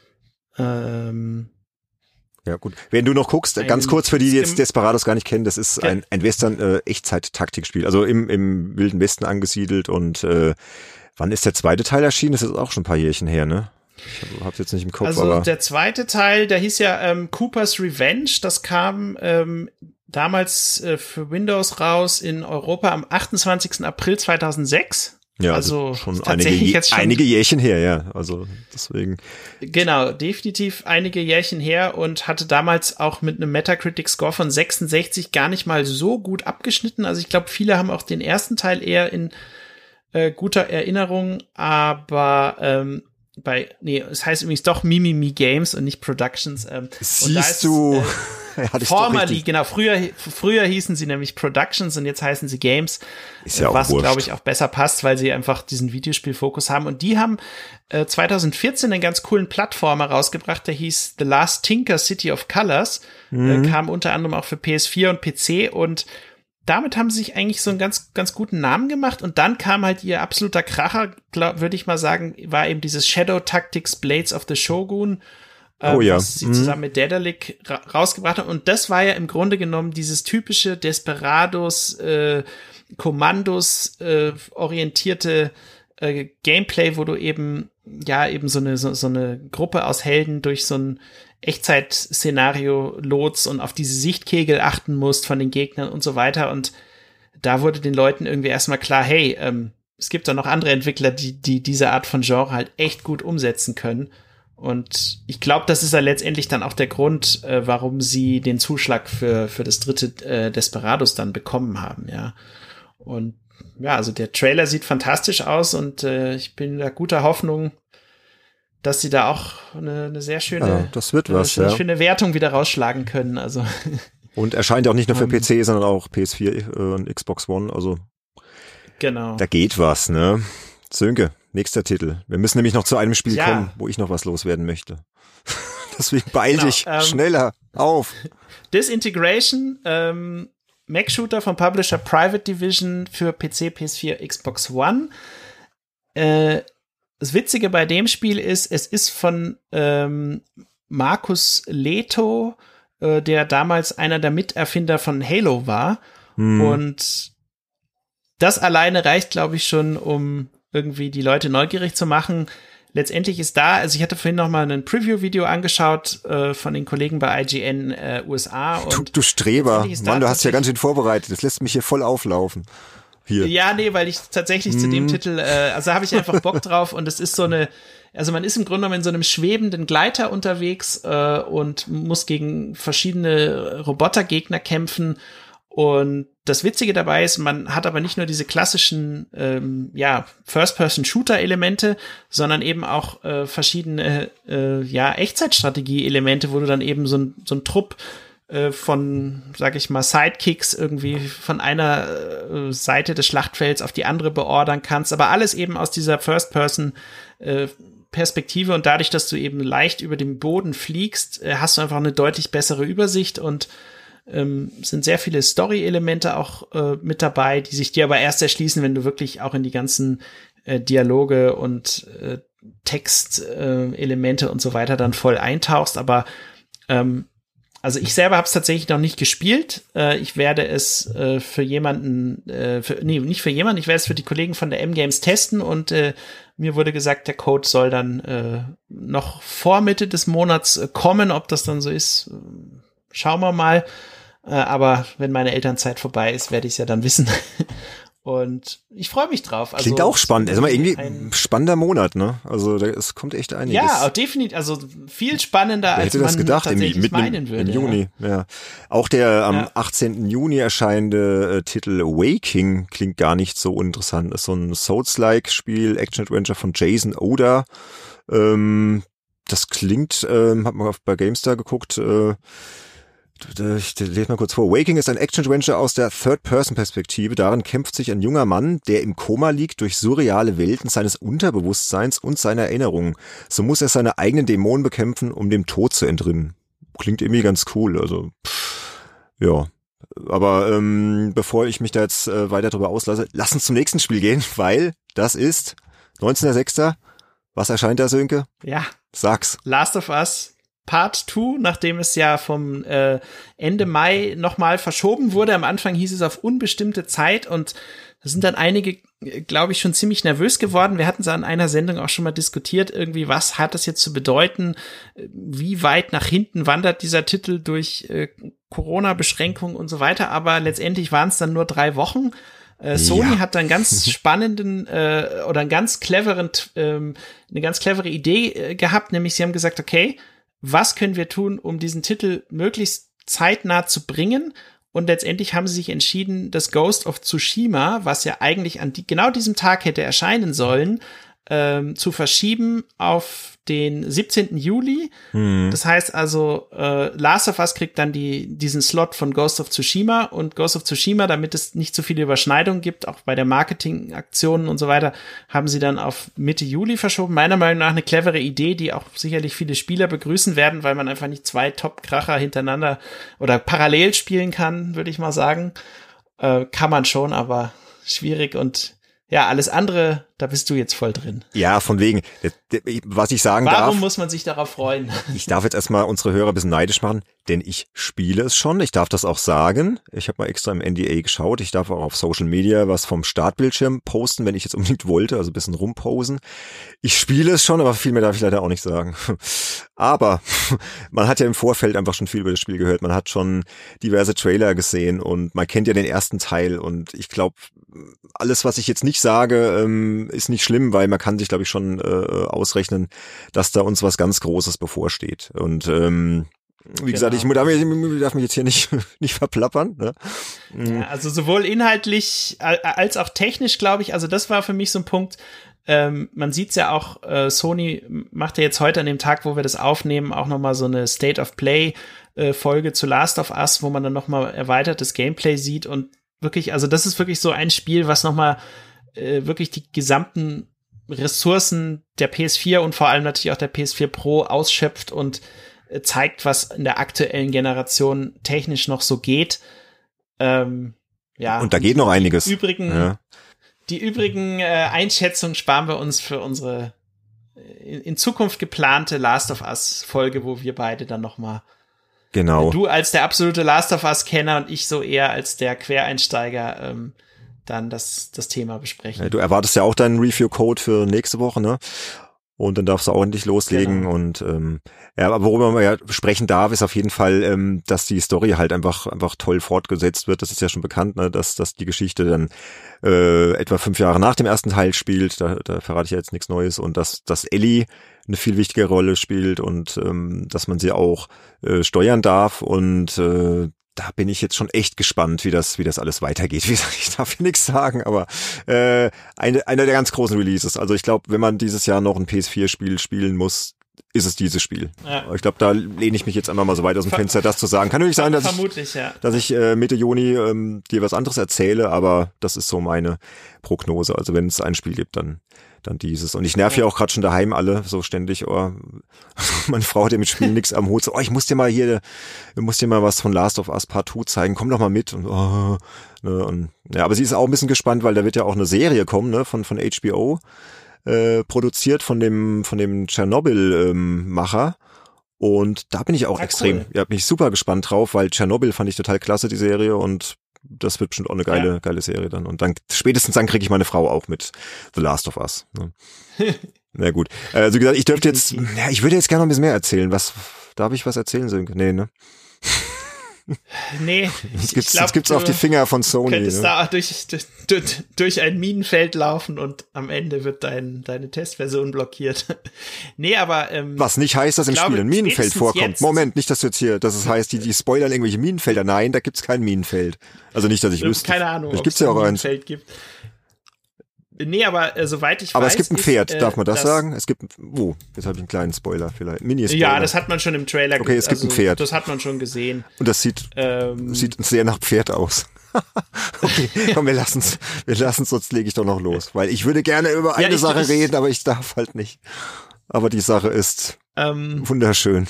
ähm, ja gut, wenn du noch guckst, ganz kurz für die, die jetzt Desperados gar nicht kennen, das ist ein, ein Western-Echtzeit-Taktikspiel, äh, also im, im Wilden Westen angesiedelt und äh, wann ist der zweite Teil erschienen? Das ist auch schon ein paar Jährchen her, ne? Ich hab's jetzt nicht im Kopf, also aber der zweite Teil, der hieß ja ähm, Cooper's Revenge. Das kam ähm, damals äh, für Windows raus in Europa am achtundzwanzigsten April zweitausendsechs. Ja, also, also schon einige, jetzt schon einige Jährchen her, ja. Also deswegen. Genau, definitiv einige Jährchen her und hatte damals auch mit einem Metacritic-Score von sechsundsechzig gar nicht mal so gut abgeschnitten. Also ich glaube, viele haben auch den ersten Teil eher in Äh, guter Erinnerung, aber ähm, bei, nee, es heißt übrigens doch Mimimi Games und nicht Productions. Ähm, Siehst und da ist, du, äh, formerly, genau, früher, früher hießen sie nämlich Productions und jetzt heißen sie Games, ist ja äh, was, glaube glaube ich, auch besser passt, weil sie einfach diesen Videospielfokus haben. Und die haben äh, zweitausendvierzehn einen ganz coolen Plattformer rausgebracht, der hieß The Last Tinker City of Colors, mhm. äh, kam unter anderem auch für P S vier und P C und damit haben sie sich eigentlich so einen ganz, ganz guten Namen gemacht und dann kam halt ihr absoluter Kracher, würde ich mal sagen, war eben dieses Shadow Tactics Blades of the Shogun, ähm, oh ja. was sie mhm. zusammen mit Daedalic ra- rausgebracht haben und das war ja im Grunde genommen dieses typische Desperados, äh, Kommandos äh, orientierte äh, Gameplay, wo du eben ja eben so eine so, so eine Gruppe aus Helden durch so ein Echtzeit-Szenario lotst und auf diese Sichtkegel achten musst von den Gegnern und so weiter. Und da wurde den Leuten irgendwie erstmal klar, hey, ähm, es gibt da noch andere Entwickler, die, die diese Art von Genre halt echt gut umsetzen können. Und ich glaube, das ist ja letztendlich dann auch der Grund, äh, warum sie den Zuschlag für, für das dritte äh, Desperados dann bekommen haben, ja. Und ja, also der Trailer sieht fantastisch aus und äh, ich bin da guter Hoffnung, dass sie da auch eine, eine sehr schöne, ja, das wird was, eine ja. schöne Wertung wieder rausschlagen können. Also und erscheint auch nicht nur für um, P C, sondern auch P S vier und Xbox One. Also genau. Da geht was, ne? Sönke, nächster Titel. Wir müssen nämlich noch zu einem Spiel ja. kommen, wo ich noch was loswerden möchte. Deswegen beeil genau, dich ähm, schneller auf. Disintegration, ähm, Mac-Shooter vom Publisher Private Division für P C, P S vier, Xbox One. Äh, das Witzige bei dem Spiel ist, es ist von ähm, Markus Leto, äh, der damals einer der Miterfinder von Halo war. Hm. Und das alleine reicht, glaube ich, schon, um irgendwie die Leute neugierig zu machen. Letztendlich ist da, also ich hatte vorhin noch mal ein Preview-Video angeschaut äh, von den Kollegen bei I G N äh, U S A. Und du, du Streber, Mann, du hast ja ganz schön vorbereitet. Das lässt mich hier voll auflaufen. Hier. Ja, nee, weil ich tatsächlich mm. zu dem Titel, äh, also habe ich einfach Bock drauf und es ist so eine, also man ist im Grunde genommen in so einem schwebenden Gleiter unterwegs äh, und muss gegen verschiedene Robotergegner kämpfen. Und das Witzige dabei ist, man hat aber nicht nur diese klassischen ähm, ja, First-Person-Shooter-Elemente, sondern eben auch äh, verschiedene äh, ja, Echtzeitstrategie-Elemente, wo du dann eben so ein, so ein Trupp äh, von, sag ich mal, Sidekicks irgendwie von einer äh, Seite des Schlachtfelds auf die andere beordern kannst, aber alles eben aus dieser First-Person äh, Perspektive und dadurch, dass du eben leicht über den Boden fliegst, äh, hast du einfach eine deutlich bessere Übersicht und Ähm, sind sehr viele Story-Elemente auch äh, mit dabei, die sich dir aber erst erschließen, wenn du wirklich auch in die ganzen äh, Dialoge und äh, Textelemente äh, und so weiter dann voll eintauchst. Aber ähm, also ich selber habe es tatsächlich noch nicht gespielt. Äh, ich werde es äh, für jemanden, äh, für, nee, nicht für jemanden, ich werde es für die Kollegen von der M-Games testen und äh, mir wurde gesagt, der Code soll dann äh, noch vor Mitte des Monats äh, kommen. Ob das dann so ist, äh, schauen wir mal. Aber wenn meine Elternzeit vorbei ist, werde ich es ja dann wissen. Und ich freue mich drauf. Also, klingt auch spannend. Also irgendwie ein spannender Monat, ne? Also da, es kommt echt einiges. Ja, auch definitiv. Also viel spannender, Wer als hätte man das gedacht, tatsächlich mitten meinen würde. Im Juni, ja. ja. Auch der am ja. achtzehnten Juni erscheinende äh, Titel Waking klingt gar nicht so interessant. Das ist so ein Souls-like-Spiel, Action-Adventure von Jason Oda. Ähm, das klingt, ähm, hab mal bei GameStar geguckt, äh, ich lese mal kurz vor. Waking ist ein Action-Adventure aus der Third-Person-Perspektive. Darin kämpft sich ein junger Mann, der im Koma liegt, durch surreale Welten seines Unterbewusstseins und seiner Erinnerungen. So muss er seine eigenen Dämonen bekämpfen, um dem Tod zu entrinnen. Klingt irgendwie ganz cool. Also, pff, ja. Aber ähm, bevor ich mich da jetzt äh, weiter drüber auslasse, lass uns zum nächsten Spiel gehen, weil das ist neunzehnter sechster Was erscheint da, Sönke? Ja. Sag's. Last of Us Part zwei, nachdem es ja vom äh, Ende Mai nochmal verschoben wurde. Am Anfang hieß es auf unbestimmte Zeit und da sind dann einige, glaube ich, schon ziemlich nervös geworden. Wir hatten es an einer Sendung auch schon mal diskutiert, irgendwie, was hat das jetzt zu bedeuten? Wie weit nach hinten wandert dieser Titel durch äh, Corona-Beschränkungen und so weiter? Aber letztendlich waren es dann nur drei Wochen. Äh, Sony ja. hat dann ganz spannenden äh, oder einen ganz cleveren, ähm, eine ganz clevere Idee äh, gehabt, nämlich sie haben gesagt, okay, was können wir tun, um diesen Titel möglichst zeitnah zu bringen? Und letztendlich haben sie sich entschieden, das Ghost of Tsushima, was ja eigentlich an die, genau diesem Tag hätte erscheinen sollen, ähm, zu verschieben auf den siebzehnten Juli. Mhm. Das heißt also, äh, Last of Us kriegt dann die, diesen Slot von Ghost of Tsushima und Ghost of Tsushima, damit es nicht so viele Überschneidungen gibt, auch bei der Marketingaktionen und so weiter, haben sie dann auf Mitte Juli verschoben. Meiner Meinung nach eine clevere Idee, die auch sicherlich viele Spieler begrüßen werden, weil man einfach nicht zwei Top-Kracher hintereinander oder parallel spielen kann, würde ich mal sagen. Äh, kann man schon, aber schwierig und ja, alles andere, da bist du jetzt voll drin. Ja, von wegen. Was ich sagen Warum darf. Warum muss man sich darauf freuen? Ich darf jetzt erstmal unsere Hörer ein bisschen neidisch machen, denn ich spiele es schon. Ich darf das auch sagen. Ich habe mal extra im N D A geschaut. Ich darf auch auf Social Media was vom Startbildschirm posten, wenn ich jetzt unbedingt wollte, also ein bisschen rumposen. Ich spiele es schon, aber viel mehr darf ich leider auch nicht sagen. Aber man hat ja im Vorfeld einfach schon viel über das Spiel gehört. Man hat schon diverse Trailer gesehen und man kennt ja den ersten Teil und ich glaube, alles, was ich jetzt nicht sage, ähm, ist nicht schlimm, weil man kann sich, glaube ich, schon äh, ausrechnen, dass da uns was ganz Großes bevorsteht. Und ähm, wie genau. gesagt, ich darf mich, ich darf mich jetzt hier nicht nicht verplappern. Ne? Ja, also sowohl inhaltlich als auch technisch, glaube ich, also das war für mich so ein Punkt, ähm, man sieht's ja auch, äh, Sony macht ja jetzt heute an dem Tag, wo wir das aufnehmen, auch nochmal so eine State of Play äh, Folge zu Last of Us, wo man dann nochmal erweitertes Gameplay sieht und wirklich, also das ist wirklich so ein Spiel, was nochmal äh, wirklich die gesamten Ressourcen der P S vier und vor allem natürlich auch der P S vier Pro ausschöpft und äh, zeigt, was in der aktuellen Generation technisch noch so geht. Ähm, ja. Und da geht noch einiges. Die übrigen, ja. die übrigen äh, Einschätzungen sparen wir uns für unsere in, in Zukunft geplante Last of Us Folge, wo wir beide dann noch mal genau. Du als der absolute Last of Us Kenner und ich so eher als der Quereinsteiger ähm, dann das das Thema besprechen. Ja, du erwartest ja auch deinen Review-Code für nächste Woche, ne? Und dann darfst du auch endlich loslegen. Genau. Und ähm, ja, aber worüber man ja sprechen darf, ist auf jeden Fall, ähm, dass die Story halt einfach einfach toll fortgesetzt wird. Das ist ja schon bekannt, ne? dass dass die Geschichte dann äh, etwa fünf Jahre nach dem ersten Teil spielt. Da, da verrate ich ja jetzt nichts Neues. Und dass dass Ellie eine viel wichtige Rolle spielt und ähm, dass man sie auch äh, steuern darf. Und äh, da bin ich jetzt schon echt gespannt, wie das, wie das alles weitergeht. Wie gesagt, ich darf hier nichts sagen, aber äh, eine, einer der ganz großen Releases. Also ich glaube, wenn man dieses Jahr noch ein P S vier Spiel spielen muss, ist es dieses Spiel. Ja. Ich glaube, da lehne ich mich jetzt einfach mal so weit aus dem Ver- Fenster, das zu sagen. Kann natürlich sein, dass Vermutlich, ich, ja. dass ich äh, Mitte Juni ähm, dir was anderes erzähle, aber das ist so meine Prognose. Also wenn es ein Spiel gibt, dann dann dieses. Und ich nerv ja auch gerade schon daheim alle so ständig. Oh, meine Frau hat ja mit Spielen nichts am Hut. So, oh, ich muss dir mal hier, ich muss dir mal was von Last of Us Part zwei zeigen. Komm doch mal mit. Und, oh, ne, und ja, aber sie ist auch ein bisschen gespannt, weil da wird ja auch eine Serie kommen, ne, von von H B O, äh, produziert von dem von dem Tschernobyl-Macher. Ähm, und da bin ich auch ja, extrem, cool. ja, bin ich super gespannt drauf, weil Tschernobyl fand ich total klasse, die Serie, und das wird bestimmt auch eine geile, ja. geile Serie dann. Und dann, spätestens dann kriege ich meine Frau auch mit The Last of Us. Ne? Na gut. Also wie gesagt, ich dürfte jetzt, ja, ich würde jetzt gerne noch ein bisschen mehr erzählen. Was, darf ich was erzählen, Sönke? Nee, ne? Nee, jetzt gibt's, glaub, jetzt gibt's auf die Finger von Sony. Du könntest ne? da durch, durch, durch ein Minenfeld laufen und am Ende wird dein, deine Testversion blockiert. Nee, aber ähm, was nicht heißt, dass im glaube, Spiel ein Minenfeld vorkommt. Jetzt, Moment, nicht, dass du jetzt hier, dass es heißt, die, die spoilern irgendwelche Minenfelder. Nein, da gibt's kein Minenfeld. Also nicht, dass ich wüsste. Keine Ahnung, ob es ja auch ein eins. Minenfeld gibt. Nee, aber äh, soweit ich aber weiß. Aber es gibt ein Pferd, ist, äh, darf man das sagen? Es gibt, oh, jetzt habe ich einen kleinen Spoiler vielleicht. Mini-Spoiler. Ja, das hat man schon im Trailer gesehen. Okay, es gibt also, ein Pferd. Das hat man schon gesehen. Und das sieht, ähm, sieht sehr nach Pferd aus. Okay, komm, wir lassen's, wir lassen's, sonst lege ich doch noch los. Weil ich würde gerne über eine ja, ich, Sache ich, reden, aber ich darf halt nicht. Aber die Sache ist ähm, wunderschön.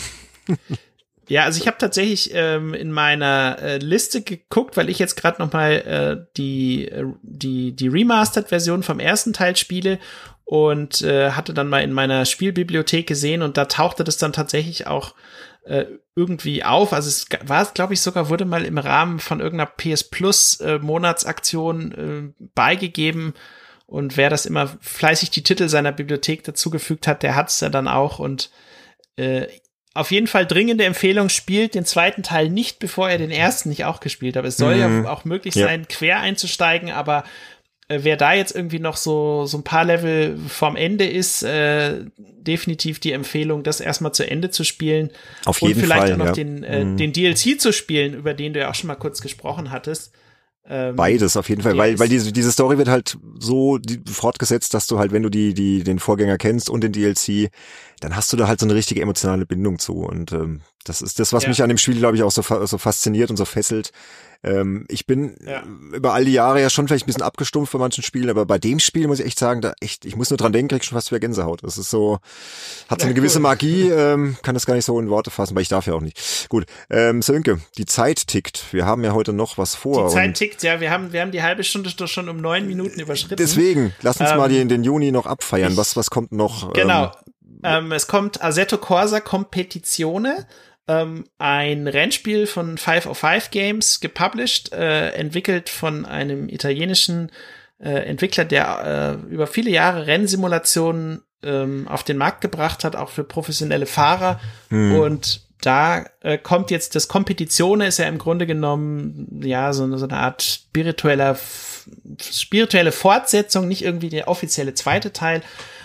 Ja, also ich habe tatsächlich ähm, in meiner äh, Liste geguckt, weil ich jetzt gerade noch mal äh, die äh, die die Remastered-Version vom ersten Teil spiele und äh, hatte dann mal in meiner Spielbibliothek gesehen und da tauchte das dann tatsächlich auch äh, irgendwie auf. Also es war, glaube ich, sogar wurde mal im Rahmen von irgendeiner P S Plus äh, Monatsaktion äh, beigegeben. Und wer das immer fleißig die Titel seiner Bibliothek dazugefügt hat, der hat's ja dann auch. Und äh, auf jeden Fall dringende Empfehlung, spielt den zweiten Teil nicht, bevor ihr den ersten nicht auch gespielt habt. Es soll mhm. ja auch möglich sein, ja. quer einzusteigen, aber äh, wer da jetzt irgendwie noch so so ein paar Level vorm Ende ist, äh, definitiv die Empfehlung, das erstmal zu Ende zu spielen. Auf jeden und vielleicht Fall, auch noch ja. den, äh, mhm. den D L C zu spielen, über den du ja auch schon mal kurz gesprochen hattest. Ähm, Beides auf jeden Fall, weil weil diese diese Story wird halt so die, fortgesetzt, dass du halt, wenn du die die den Vorgänger kennst und den D L C, dann hast du da halt so eine richtige emotionale Bindung zu, und ähm, das ist das, was ja. mich an dem Spiel, glaube ich, auch so so fasziniert und so fesselt. Ähm, ich bin ja. über all die Jahre ja schon vielleicht ein bisschen abgestumpft bei manchen Spielen, aber bei dem Spiel muss ich echt sagen, da echt, ich muss nur dran denken, krieg schon fast wieder Gänsehaut. Das ist so, hat so eine ja, gewisse cool. Magie, ähm, kann das gar nicht so in Worte fassen, weil ich darf ja auch nicht. Gut, ähm, Sönke, die Zeit tickt. Wir haben ja heute noch was vor. Die Zeit tickt, ja, wir haben wir haben die halbe Stunde schon um neun Minuten überschritten. Deswegen, lass uns ähm, mal den, den Juni noch abfeiern. Ich, was was kommt noch? Genau. Ähm, ähm, es kommt Assetto Corsa Competizione. Ähm, ein Rennspiel von five oh five Games, gepublished, äh, entwickelt von einem italienischen äh, Entwickler, der äh, über viele Jahre Rennsimulationen ähm, auf den Markt gebracht hat, auch für professionelle Fahrer. Hm. Und da äh, kommt jetzt das Competizione, ist ja im Grunde genommen ja so, so eine Art spiritueller spirituelle Fortsetzung, nicht irgendwie der offizielle zweite Teil,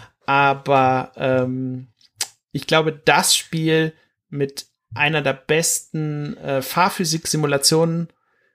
aber ähm, ich glaube, das Spiel mit einer der besten äh, Fahrphysik-Simulationen,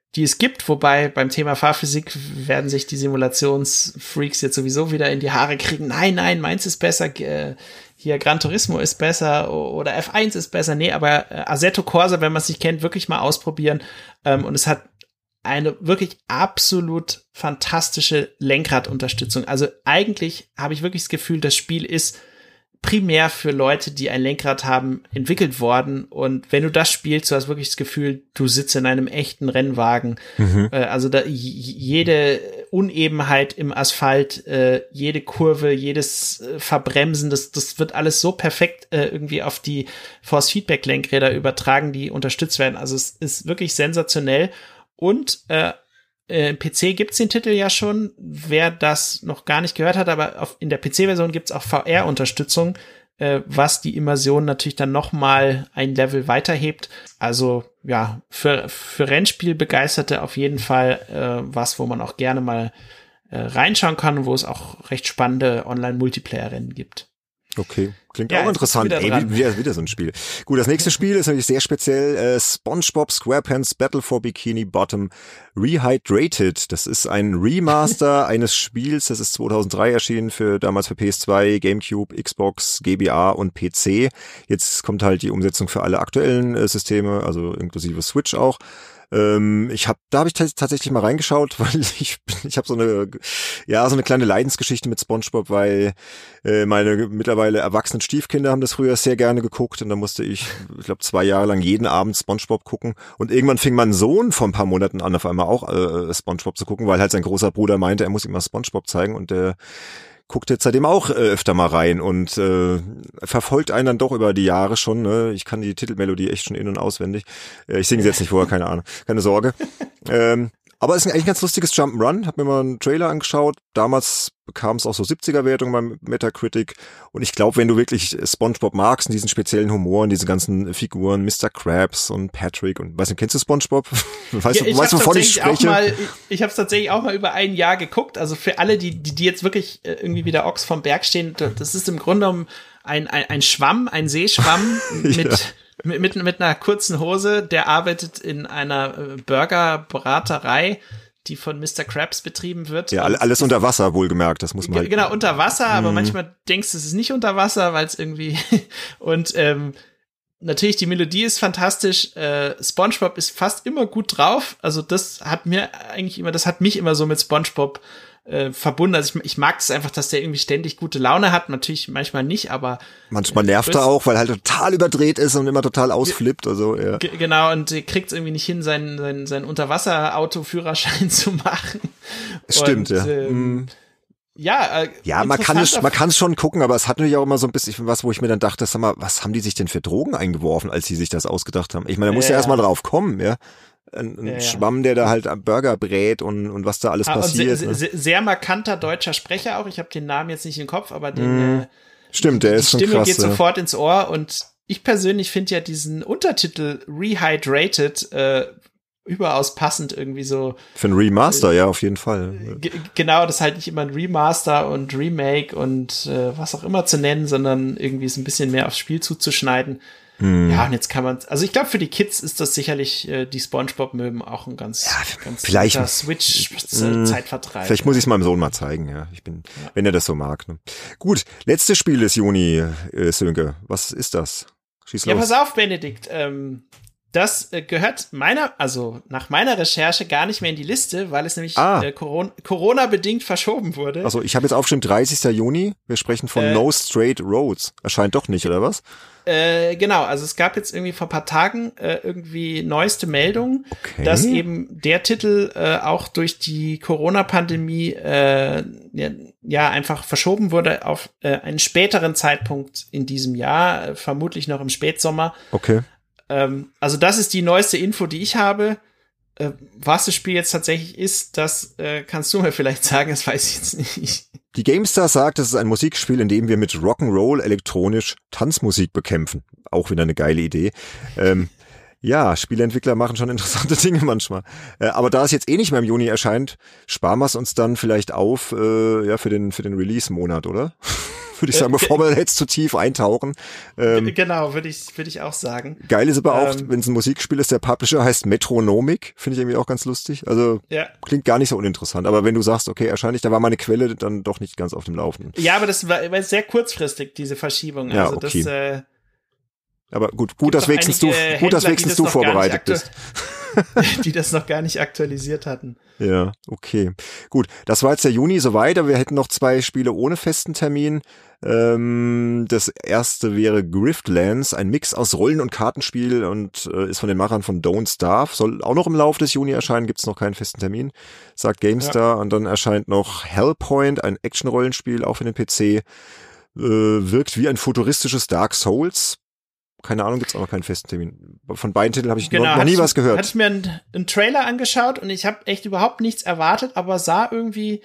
die es gibt, wobei beim Thema Fahrphysik werden sich die Simulationsfreaks jetzt sowieso wieder in die Haare kriegen. Nein, nein, meins ist besser, äh, hier Gran Turismo ist besser oder F eins ist besser. Nee, aber äh, Assetto Corsa, wenn man es nicht kennt, wirklich mal ausprobieren. Ähm, und es hat eine wirklich absolut fantastische Lenkradunterstützung. Also eigentlich habe ich wirklich das Gefühl, das Spiel ist primär für Leute, die ein Lenkrad haben, entwickelt worden. Und wenn du das spielst, du hast wirklich das Gefühl, du sitzt in einem echten Rennwagen. Mhm. Äh, also da, jede Unebenheit im Asphalt, äh, jede Kurve, jedes äh, Verbremsen, das, das wird alles so perfekt äh, irgendwie auf die Force-Feedback-Lenkräder übertragen, die unterstützt werden. Also es ist wirklich sensationell. Und äh, im P C gibt's den Titel ja schon. Wer das noch gar nicht gehört hat, aber auf, in der P C-Version gibt's auch V R-Unterstützung, äh, was die Immersion natürlich dann noch mal ein Level weiterhebt. Also ja, für für Rennspielbegeisterte auf jeden Fall äh, was, wo man auch gerne mal äh, reinschauen kann und wo es auch recht spannende Online-Multiplayer-Rennen gibt. Okay, klingt ja auch interessant. Ey, wieder, wieder so ein Spiel. Gut, das nächste Spiel ist natürlich sehr speziell. Äh, SpongeBob SquarePants Battle for Bikini Bottom Rehydrated. Das ist ein Remaster eines Spiels. Das ist zweitausenddrei erschienen, für damals für P S zwei, GameCube, Xbox, G B A und P C. Jetzt kommt halt die Umsetzung für alle aktuellen äh, Systeme, also inklusive Switch auch. Ähm, ich habe, da habe ich t- tatsächlich mal reingeschaut, weil ich, ich habe so eine, ja, so eine kleine Leidensgeschichte mit SpongeBob, weil äh, meine mittlerweile erwachsenen Stiefkinder haben das früher sehr gerne geguckt und da musste ich, ich glaube, zwei Jahre lang jeden Abend SpongeBob gucken und irgendwann fing mein Sohn vor ein paar Monaten an, auf einmal auch äh, SpongeBob zu gucken, weil halt sein großer Bruder meinte, er muss ihm mal SpongeBob zeigen und der guckt jetzt seitdem auch äh, öfter mal rein und äh, verfolgt einen dann doch über die Jahre schon. Ne? Ich kann die Titelmelodie echt schon in- und auswendig. Äh, ich singe sie jetzt nicht vorher, keine Ahnung, keine Sorge. ähm, aber es ist eigentlich ein ganz lustiges Jump'n'Run. Hab mir mal einen Trailer angeschaut. Damals bekam es auch so siebziger-Wertung beim Metacritic. Und ich glaube, wenn du wirklich SpongeBob magst und diesen speziellen Humor und diese ganzen Figuren, Mister Krabs und Patrick und weißt du, kennst du SpongeBob? Weißt ja, du, weißt du, wovon ich spreche? Mal, ich ich habe es tatsächlich auch mal über ein Jahr geguckt. Also für alle, die die, die jetzt wirklich irgendwie wie der Ochs vom Berg stehen, das ist im Grunde genommen ein, ein, ein Schwamm, ein Seeschwamm mit ja. Mit, mit, mit einer kurzen Hose, der arbeitet in einer äh, Burgerbraterei, die von Mister Krabs betrieben wird. Ja, alles unter Wasser, wohlgemerkt, das muss man halt. Genau, unter Wasser, aber mm. manchmal denkst du, es ist nicht unter Wasser, weil es irgendwie und ähm, natürlich, die Melodie ist fantastisch, äh, SpongeBob ist fast immer gut drauf, also das hat mir eigentlich immer, das hat mich immer so mit SpongeBob Äh, verbunden. Also ich, ich mag es einfach, dass der irgendwie ständig gute Laune hat. Natürlich manchmal nicht, aber manchmal nervt äh, er auch, weil er halt total überdreht ist und immer total ausflippt. Also ja. G- genau, und er kriegt es irgendwie nicht hin, seinen, seinen, seinen Unterwasser-Autoführerschein zu machen. Stimmt, und, ja. Ähm, mm. Ja, äh, ja, man kann es, man kann es schon gucken, aber es hat natürlich auch immer so ein bisschen was, wo ich mir dann dachte, sag mal, was haben die sich denn für Drogen eingeworfen, als sie sich das ausgedacht haben? Ich meine, da muss ja, ja erst mal drauf kommen, ja. Ein, ein ja, Schwamm, der da halt am Burger brät und, und was da alles ah, passiert. Sehr, ne? sehr, sehr markanter deutscher Sprecher auch. Ich habe den Namen jetzt nicht im Kopf, aber den, mm, äh, stimmt, der die ist schon Stimme krass, geht ja. sofort ins Ohr. Und ich persönlich finde ja diesen Untertitel Rehydrated äh, überaus passend irgendwie so. Für ein Remaster, äh, ja, auf jeden Fall. G- genau, das ist halt nicht immer ein Remaster und Remake und äh, was auch immer zu nennen, sondern irgendwie es ein bisschen mehr aufs Spiel zuzuschneiden. Hm. Ja, und jetzt kann man, also ich glaube, für die Kids ist das sicherlich, äh, die SpongeBob-Möben auch ein ganz, ja, ganz vielleicht Switch-Zeitvertreib. Vielleicht muss ich es meinem Sohn mal zeigen, ja. Ich bin, ja. wenn er das so mag. Ne? Gut, letztes Spiel des Juni, äh, Sönke. Was ist das? Schieß los. Ja, pass auf, Benedikt. Ähm, das äh, gehört meiner, also nach meiner Recherche gar nicht mehr in die Liste, weil es nämlich ah. äh, Corona, Corona-bedingt verschoben wurde. Also ich habe jetzt aufgeschrieben, dreißigster Juni. Wir sprechen von äh, No Straight Roads. Erscheint doch nicht, oder was? Äh, genau, also es gab jetzt irgendwie vor ein paar Tagen äh, irgendwie neueste Meldungen, okay. dass eben der Titel äh, auch durch die Corona-Pandemie äh, ja, ja einfach verschoben wurde auf äh, einen späteren Zeitpunkt in diesem Jahr, äh, vermutlich noch im Spätsommer. Okay. Ähm, also das ist die neueste Info, die ich habe. Äh, was das Spiel jetzt tatsächlich ist, das äh, kannst du mir vielleicht sagen, das weiß ich jetzt nicht. Die GameStar sagt, es ist ein Musikspiel, in dem wir mit Rock'n'Roll elektronisch Tanzmusik bekämpfen. Auch wieder eine geile Idee. Ähm, ja, Spieleentwickler machen schon interessante Dinge manchmal. Äh, aber da es jetzt eh nicht mehr im Juni erscheint, sparen wir es uns dann vielleicht auf äh, ja, für den, für den Release-Monat, oder? würde ich sagen, bevor wir jetzt zu tief eintauchen. Ähm, genau, würde ich, würde ich auch sagen. Geil ist aber auch, ähm, wenn es ein Musikspiel ist, der Publisher heißt Metronomic, finde ich irgendwie auch ganz lustig. Also ja. Klingt gar nicht so uninteressant. Aber wenn du sagst, okay, wahrscheinlich, da war meine Quelle dann doch nicht ganz auf dem Laufenden. Ja, aber das war, war sehr kurzfristig, diese Verschiebung. Ja, also okay. das, äh, aber gut, gut, dass wenigstens du, gut, dass wenigstens du vorbereitet bist. Die das noch gar nicht aktualisiert hatten. Ja, okay. Gut, das war jetzt der Juni soweit, aber wir hätten noch zwei Spiele ohne festen Termin. Ähm, das erste wäre Griftlands, ein Mix aus Rollen- und Kartenspiel und äh, ist von den Machern von Don't Starve. Soll auch noch im Laufe des Juni erscheinen, gibt's noch keinen festen Termin, sagt GameStar. Ja. Und dann erscheint noch Hellpoint, ein Action-Rollenspiel, auch für den P C. Äh, wirkt wie ein futuristisches Dark Souls. Keine Ahnung, gibt's auch noch keinen festen Termin. Von beiden Titeln habe ich genau, noch, noch nie was gehört. Hatte ich mir einen, einen Trailer angeschaut und ich habe echt überhaupt nichts erwartet, aber sah irgendwie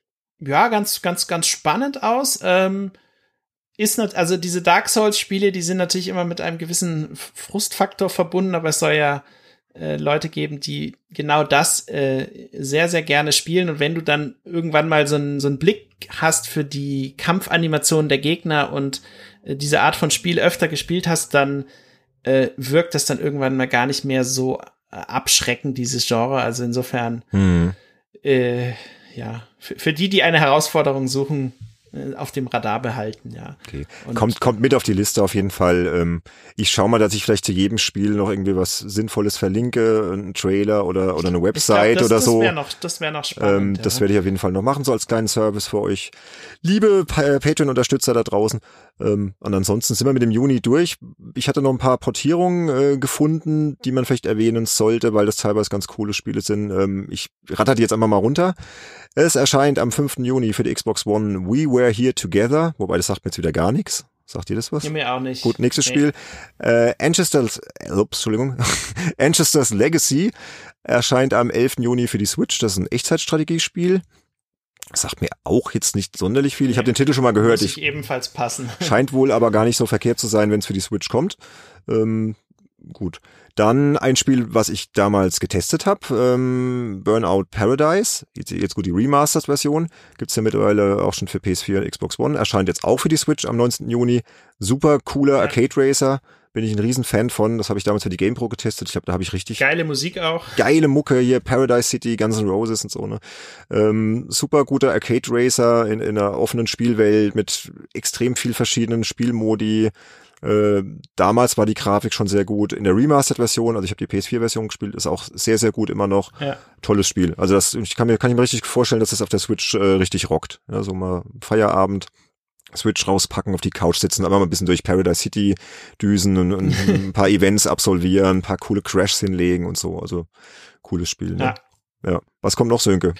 ja ganz, ganz, ganz spannend aus. Ähm, ist nicht, also diese Dark Souls-Spiele, die sind natürlich immer mit einem gewissen Frustfaktor verbunden, aber es soll ja äh, Leute geben, die genau das äh, sehr, sehr gerne spielen. Und wenn du dann irgendwann mal so einen so einen Blick hast für die Kampfanimationen der Gegner und diese Art von Spiel öfter gespielt hast, dann äh, wirkt das dann irgendwann mal gar nicht mehr so äh, abschreckend, dieses Genre. Also insofern, hm. äh, ja, für, für die, die eine Herausforderung suchen, äh, auf dem Radar behalten, ja. Okay. Kommt, kommt mit auf die Liste auf jeden Fall. Ähm, ich schaue mal, dass ich vielleicht zu jedem Spiel noch irgendwie was Sinnvolles verlinke, einen Trailer oder, oder eine Website glaub, das, oder das so. Wär noch, das wäre noch spannend. Ähm, ja. Das werde ich auf jeden Fall noch machen, so als kleinen Service für euch. Liebe pa- Patreon-Unterstützer da draußen. Ähm, und ansonsten sind wir mit dem Juni durch. Ich hatte noch ein paar Portierungen äh, gefunden, die man vielleicht erwähnen sollte, weil das teilweise ganz coole Spiele sind. Ähm, ich ratter die jetzt einfach mal runter. Es erscheint am fünften Juni für die Xbox One We Were Here Together, wobei das sagt mir jetzt wieder gar nichts. Sagt ihr das was? Ja, mir auch nicht. Gut, nächstes nee. Spiel. Äh, Ancestors, äh, ups, Entschuldigung. Ancestors Legacy erscheint am elften Juni für die Switch. Das ist ein Echtzeitstrategiespiel. Sagt mir auch jetzt nicht sonderlich viel. Ich nee. habe den Titel schon mal gehört. Muss ich, ich ebenfalls passen. Scheint wohl aber gar nicht so verkehrt zu sein, wenn es für die Switch kommt. Ähm, gut. Dann ein Spiel, was ich damals getestet habe, ähm, Burnout Paradise. Jetzt, jetzt gut, die Remastered-Version gibt's ja mittlerweile auch schon für P S vier und Xbox One. Erscheint jetzt auch für die Switch am neunzehnten Juni. Super cooler ja. Arcade Racer. Bin ich ein Riesen-Fan von. Das habe ich damals für die GamePro getestet. Ich glaube, da habe ich richtig... Geile Musik auch. Geile Mucke hier, Paradise City, Guns N' Roses und so, ne? Ähm, super guter Arcade Racer in, in einer offenen Spielwelt mit extrem viel verschiedenen Spielmodi. Äh, damals war die Grafik schon sehr gut. In der Remastered-Version, also ich habe die P S vier-Version gespielt, ist auch sehr, sehr gut immer noch. Ja. Tolles Spiel. Also das, ich kann mir, kann ich mir richtig vorstellen, dass das auf der Switch äh, richtig rockt. Ja, so mal Feierabend. Switch rauspacken, auf die Couch sitzen, aber mal ein bisschen durch Paradise City düsen und, und ein paar Events absolvieren, ein paar coole Crashs hinlegen und so. Also cooles Spiel. Ne? Ja. ja. Was kommt noch, Sönke?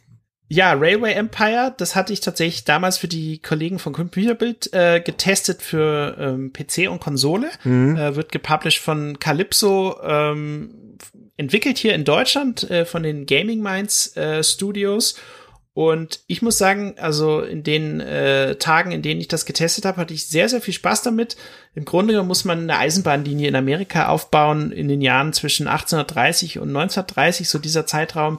Ja, Railway Empire, das hatte ich tatsächlich damals für die Kollegen von Computerbild äh, getestet für ähm, P C und Konsole. Mhm. Äh, wird gepublished von Calypso, ähm, entwickelt hier in Deutschland äh, von den Gaming Minds äh, Studios. Und ich muss sagen, also in den äh, Tagen, in denen ich das getestet habe, hatte ich sehr, sehr viel Spaß damit. Im Grunde muss man eine Eisenbahnlinie in Amerika aufbauen in den Jahren zwischen achtzehnhundertdreißig und neunzehnhundertdreißig, so dieser Zeitraum.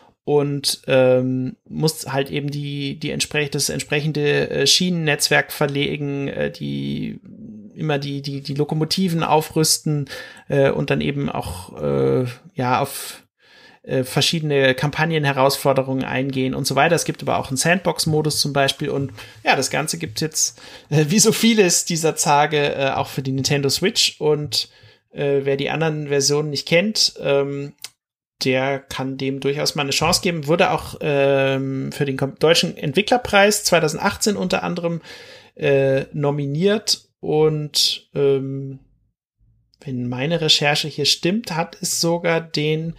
Und ähm, muss halt eben die die entsprech das entsprechende äh, Schienennetzwerk verlegen, äh, die immer die die die Lokomotiven aufrüsten äh, und dann eben auch äh, ja auf äh, verschiedene Kampagnenherausforderungen eingehen und so weiter. Es gibt aber auch einen Sandbox-Modus zum Beispiel und ja, das Ganze gibt jetzt äh, wie so vieles dieser Tage äh, auch für die Nintendo Switch und äh, wer die anderen Versionen nicht kennt, ähm, der kann dem durchaus mal eine Chance geben. Wurde auch ähm, für den Deutschen Entwicklerpreis zwanzig achtzehn unter anderem äh, nominiert und ähm, wenn meine Recherche hier stimmt, hat es sogar den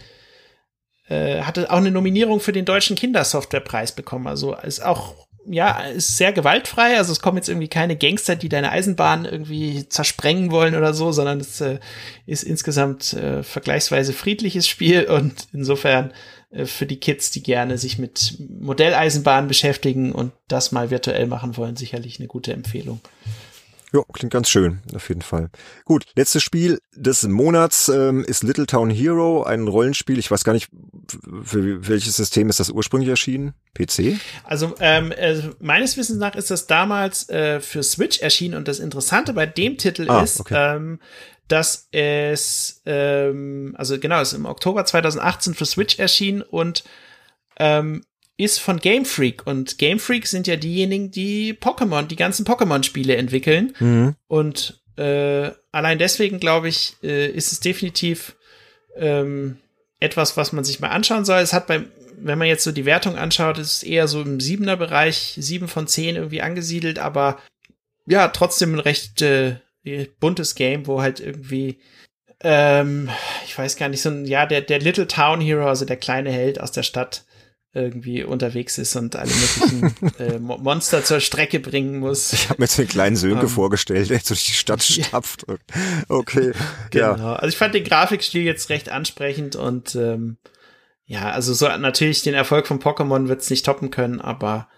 äh, hatte auch eine Nominierung für den Deutschen Kindersoftwarepreis bekommen. Also ist auch ja, ist sehr gewaltfrei, also es kommen jetzt irgendwie keine Gangster, die deine Eisenbahn irgendwie zersprengen wollen oder so, sondern es äh, ist insgesamt äh, vergleichsweise friedliches Spiel und insofern äh, für die Kids, die gerne sich mit Modelleisenbahnen beschäftigen und das mal virtuell machen wollen, sicherlich eine gute Empfehlung. Ja, klingt ganz schön, auf jeden Fall. Gut, letztes Spiel des Monats ähm, ist Little Town Hero, ein Rollenspiel. Ich weiß gar nicht, für welches System ist das ursprünglich erschienen? P C? Also, ähm, also meines Wissens nach ist das damals äh, für Switch erschienen und das Interessante bei dem Titel ah, ist, okay. ähm, dass es, ähm, also genau, es ist im Oktober zwanzig achtzehn für Switch erschienen und ähm, ist von Game Freak. Und Game Freak sind ja diejenigen, die Pokémon, die ganzen Pokémon-Spiele entwickeln. Mhm. Und äh, allein deswegen, glaube ich, äh, ist es definitiv ähm, etwas, was man sich mal anschauen soll. Es hat beim wenn man jetzt so die Wertung anschaut, ist es eher so im Siebener-Bereich, sieben von zehn irgendwie angesiedelt, aber ja, trotzdem ein recht äh, buntes Game, wo halt irgendwie, ähm, ich weiß gar nicht, so ein, ja, der, der Little Town Hero, also der kleine Held aus der Stadt, irgendwie unterwegs ist und alle möglichen äh, Monster zur Strecke bringen muss. Ich habe mir jetzt den kleinen Sönke um, vorgestellt, der so durch die Stadt stapft. Okay, genau. Ja. Also ich fand den Grafikstil jetzt recht ansprechend und ähm, ja, also so natürlich den Erfolg von Pokémon wird's nicht toppen können, aber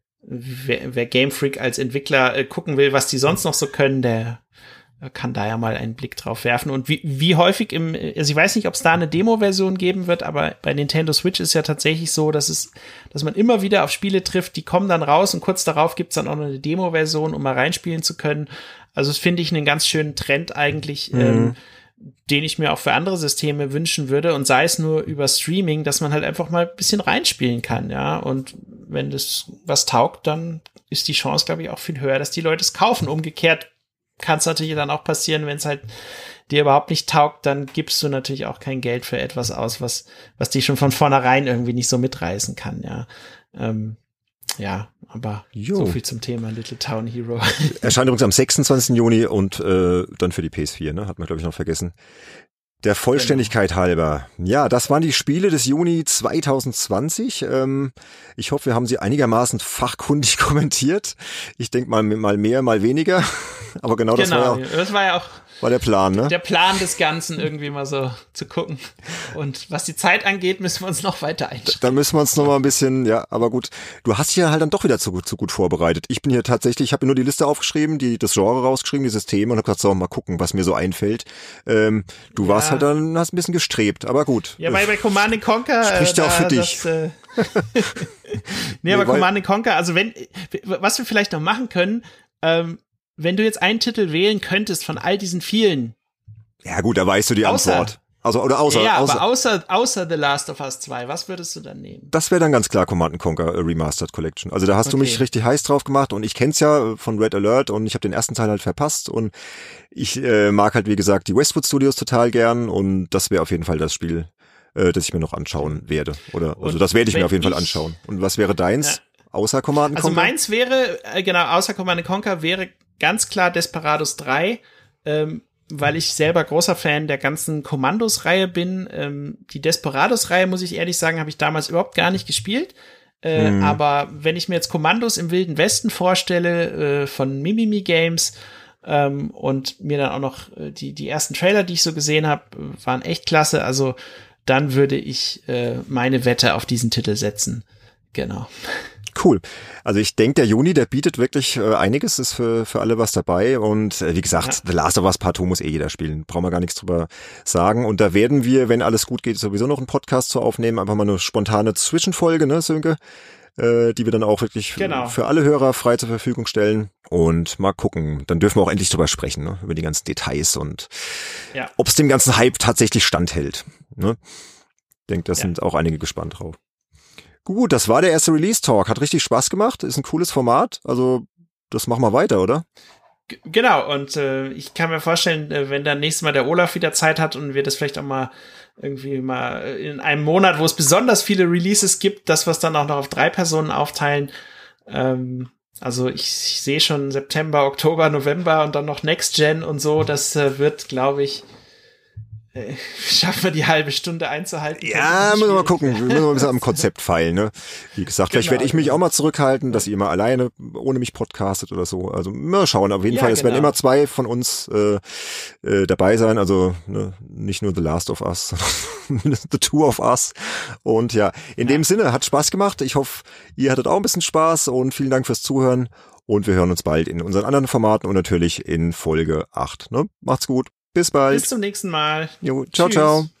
wer, wer Game Freak als Entwickler äh, gucken will, was die sonst noch so können, der kann da ja mal einen Blick drauf werfen. Und wie, wie häufig im, also ich weiß nicht, ob es da eine Demo-Version geben wird, aber bei Nintendo Switch ist ja tatsächlich so, dass es, dass man immer wieder auf Spiele trifft, die kommen dann raus und kurz darauf gibt's dann auch noch eine Demo-Version, um mal reinspielen zu können. Also das finde ich einen ganz schönen Trend eigentlich, mhm. ähm, den ich mir auch für andere Systeme wünschen würde und sei es nur über Streaming, dass man halt einfach mal ein bisschen reinspielen kann, ja, und wenn das was taugt, dann ist die Chance, glaube ich, auch viel höher, dass die Leute es kaufen. Umgekehrt kann es natürlich dann auch passieren, wenn es halt dir überhaupt nicht taugt, dann gibst du natürlich auch kein Geld für etwas aus, was was dich schon von vornherein irgendwie nicht so mitreißen kann, ja. Ähm, ja, aber jo. So viel zum Thema Little Town Hero. Erscheint übrigens am sechsundzwanzigsten Juni und äh, dann für die P S vier, ne? Hat man, glaube ich, noch vergessen. Der Vollständigkeit genau. halber. Ja, das waren die Spiele des Juni zwanzig zwanzig. Ähm, ich hoffe, wir haben sie einigermaßen fachkundig kommentiert. Ich denke mal, mal mehr, mal weniger. Aber genau, das genau, war ja, das war ja auch war der Plan, ne? Der Plan des Ganzen, irgendwie mal so zu gucken. Und was die Zeit angeht, müssen wir uns noch weiter einstellen. Da müssen wir uns noch mal ein bisschen, ja, aber gut. Du hast hier halt dann doch wieder zu gut, zu gut vorbereitet. Ich bin hier tatsächlich, ich habe mir nur die Liste aufgeschrieben, die das Genre rausgeschrieben, dieses Thema und habe gesagt, so, mal gucken, was mir so einfällt. Ähm, du ja. warst halt dann, hast ein bisschen gestrebt, aber gut. Ja, weil bei Command and Conquer spricht ja äh, auch für dich. Das, äh nee, nee, aber Command and Conquer, also wenn, was wir vielleicht noch machen können, ähm, wenn du jetzt einen Titel wählen könntest von all diesen vielen. Ja gut, da weißt du die außer, Antwort. Also, oder außer, ja, außer, aber außer, außer The Last of Us zwei, was würdest du dann nehmen? Das wäre dann ganz klar Command and Conquer Remastered Collection. Also da hast okay. du mich richtig heiß drauf gemacht und ich kenn's ja von Red Alert und ich habe den ersten Teil halt verpasst und ich äh, mag halt, wie gesagt, die Westwood Studios total gern und das wäre auf jeden Fall das Spiel, äh, das ich mir noch anschauen werde. Oder also das werde ich mir auf jeden Fall anschauen. Und was wäre deins? Ja. Außer Command and Conquer? Also meins wäre, äh, genau, außer Command and Conquer wäre ganz klar Desperados drei, ähm, weil ich selber großer Fan der ganzen Kommandos-Reihe bin. Ähm, die Desperados-Reihe, muss ich ehrlich sagen, habe ich damals überhaupt gar nicht gespielt. Äh, hm. Aber wenn ich mir jetzt Kommandos im Wilden Westen vorstelle, äh, von Mimimi Games, ähm, und mir dann auch noch äh, die, die ersten Trailer, die ich so gesehen habe, waren echt klasse. Also dann würde ich äh, meine Wette auf diesen Titel setzen. Genau. Cool. Also ich denke, der Juni, der bietet wirklich äh, einiges, ist für für alle was dabei und äh, wie gesagt, ja. The Last of Us Part zwei muss eh jeder spielen, brauchen wir gar nichts drüber sagen und da werden wir, wenn alles gut geht, sowieso noch einen Podcast zu aufnehmen, einfach mal eine spontane Zwischenfolge, ne, Sönke, äh, die wir dann auch wirklich genau. für alle Hörer frei zur Verfügung stellen und mal gucken, dann dürfen wir auch endlich drüber sprechen, ne, über die ganzen Details und ja. ob es dem ganzen Hype tatsächlich standhält, ne. Ich denke, da ja. sind auch einige gespannt drauf. Gut, das war der erste Release-Talk. Hat richtig Spaß gemacht. Ist ein cooles Format. Also, das machen wir weiter, oder? G- genau. Und äh, ich kann mir vorstellen, äh, wenn dann nächstes Mal der Olaf wieder Zeit hat und wir das vielleicht auch mal irgendwie mal in einem Monat, wo es besonders viele Releases gibt, dass wir es dann auch noch auf drei Personen aufteilen. Ähm, also ich, ich sehe schon September, Oktober, November und dann noch Next Gen und so. Das äh, wird, glaube ich, schaffen wir die halbe Stunde einzuhalten? Ja, müssen wir mal gucken. Wir müssen mal ein bisschen am Konzept feilen, ne? Wie gesagt, genau, vielleicht werde ich mich auch mal zurückhalten, dass ihr mal alleine ohne mich podcastet oder so. Also mal schauen. Auf jeden ja, Fall, es genau. werden immer zwei von uns äh, äh, dabei sein. Also ne, nicht nur The Last of Us, sondern The Two of Us. Und ja, in ja. dem Sinne, hat Spaß gemacht. Ich hoffe, ihr hattet auch ein bisschen Spaß und vielen Dank fürs Zuhören. Und wir hören uns bald in unseren anderen Formaten und natürlich in Folge acht. Ne? Macht's gut. Bis bald. Bis zum nächsten Mal. Jo, ciao, Tschüss. Ciao.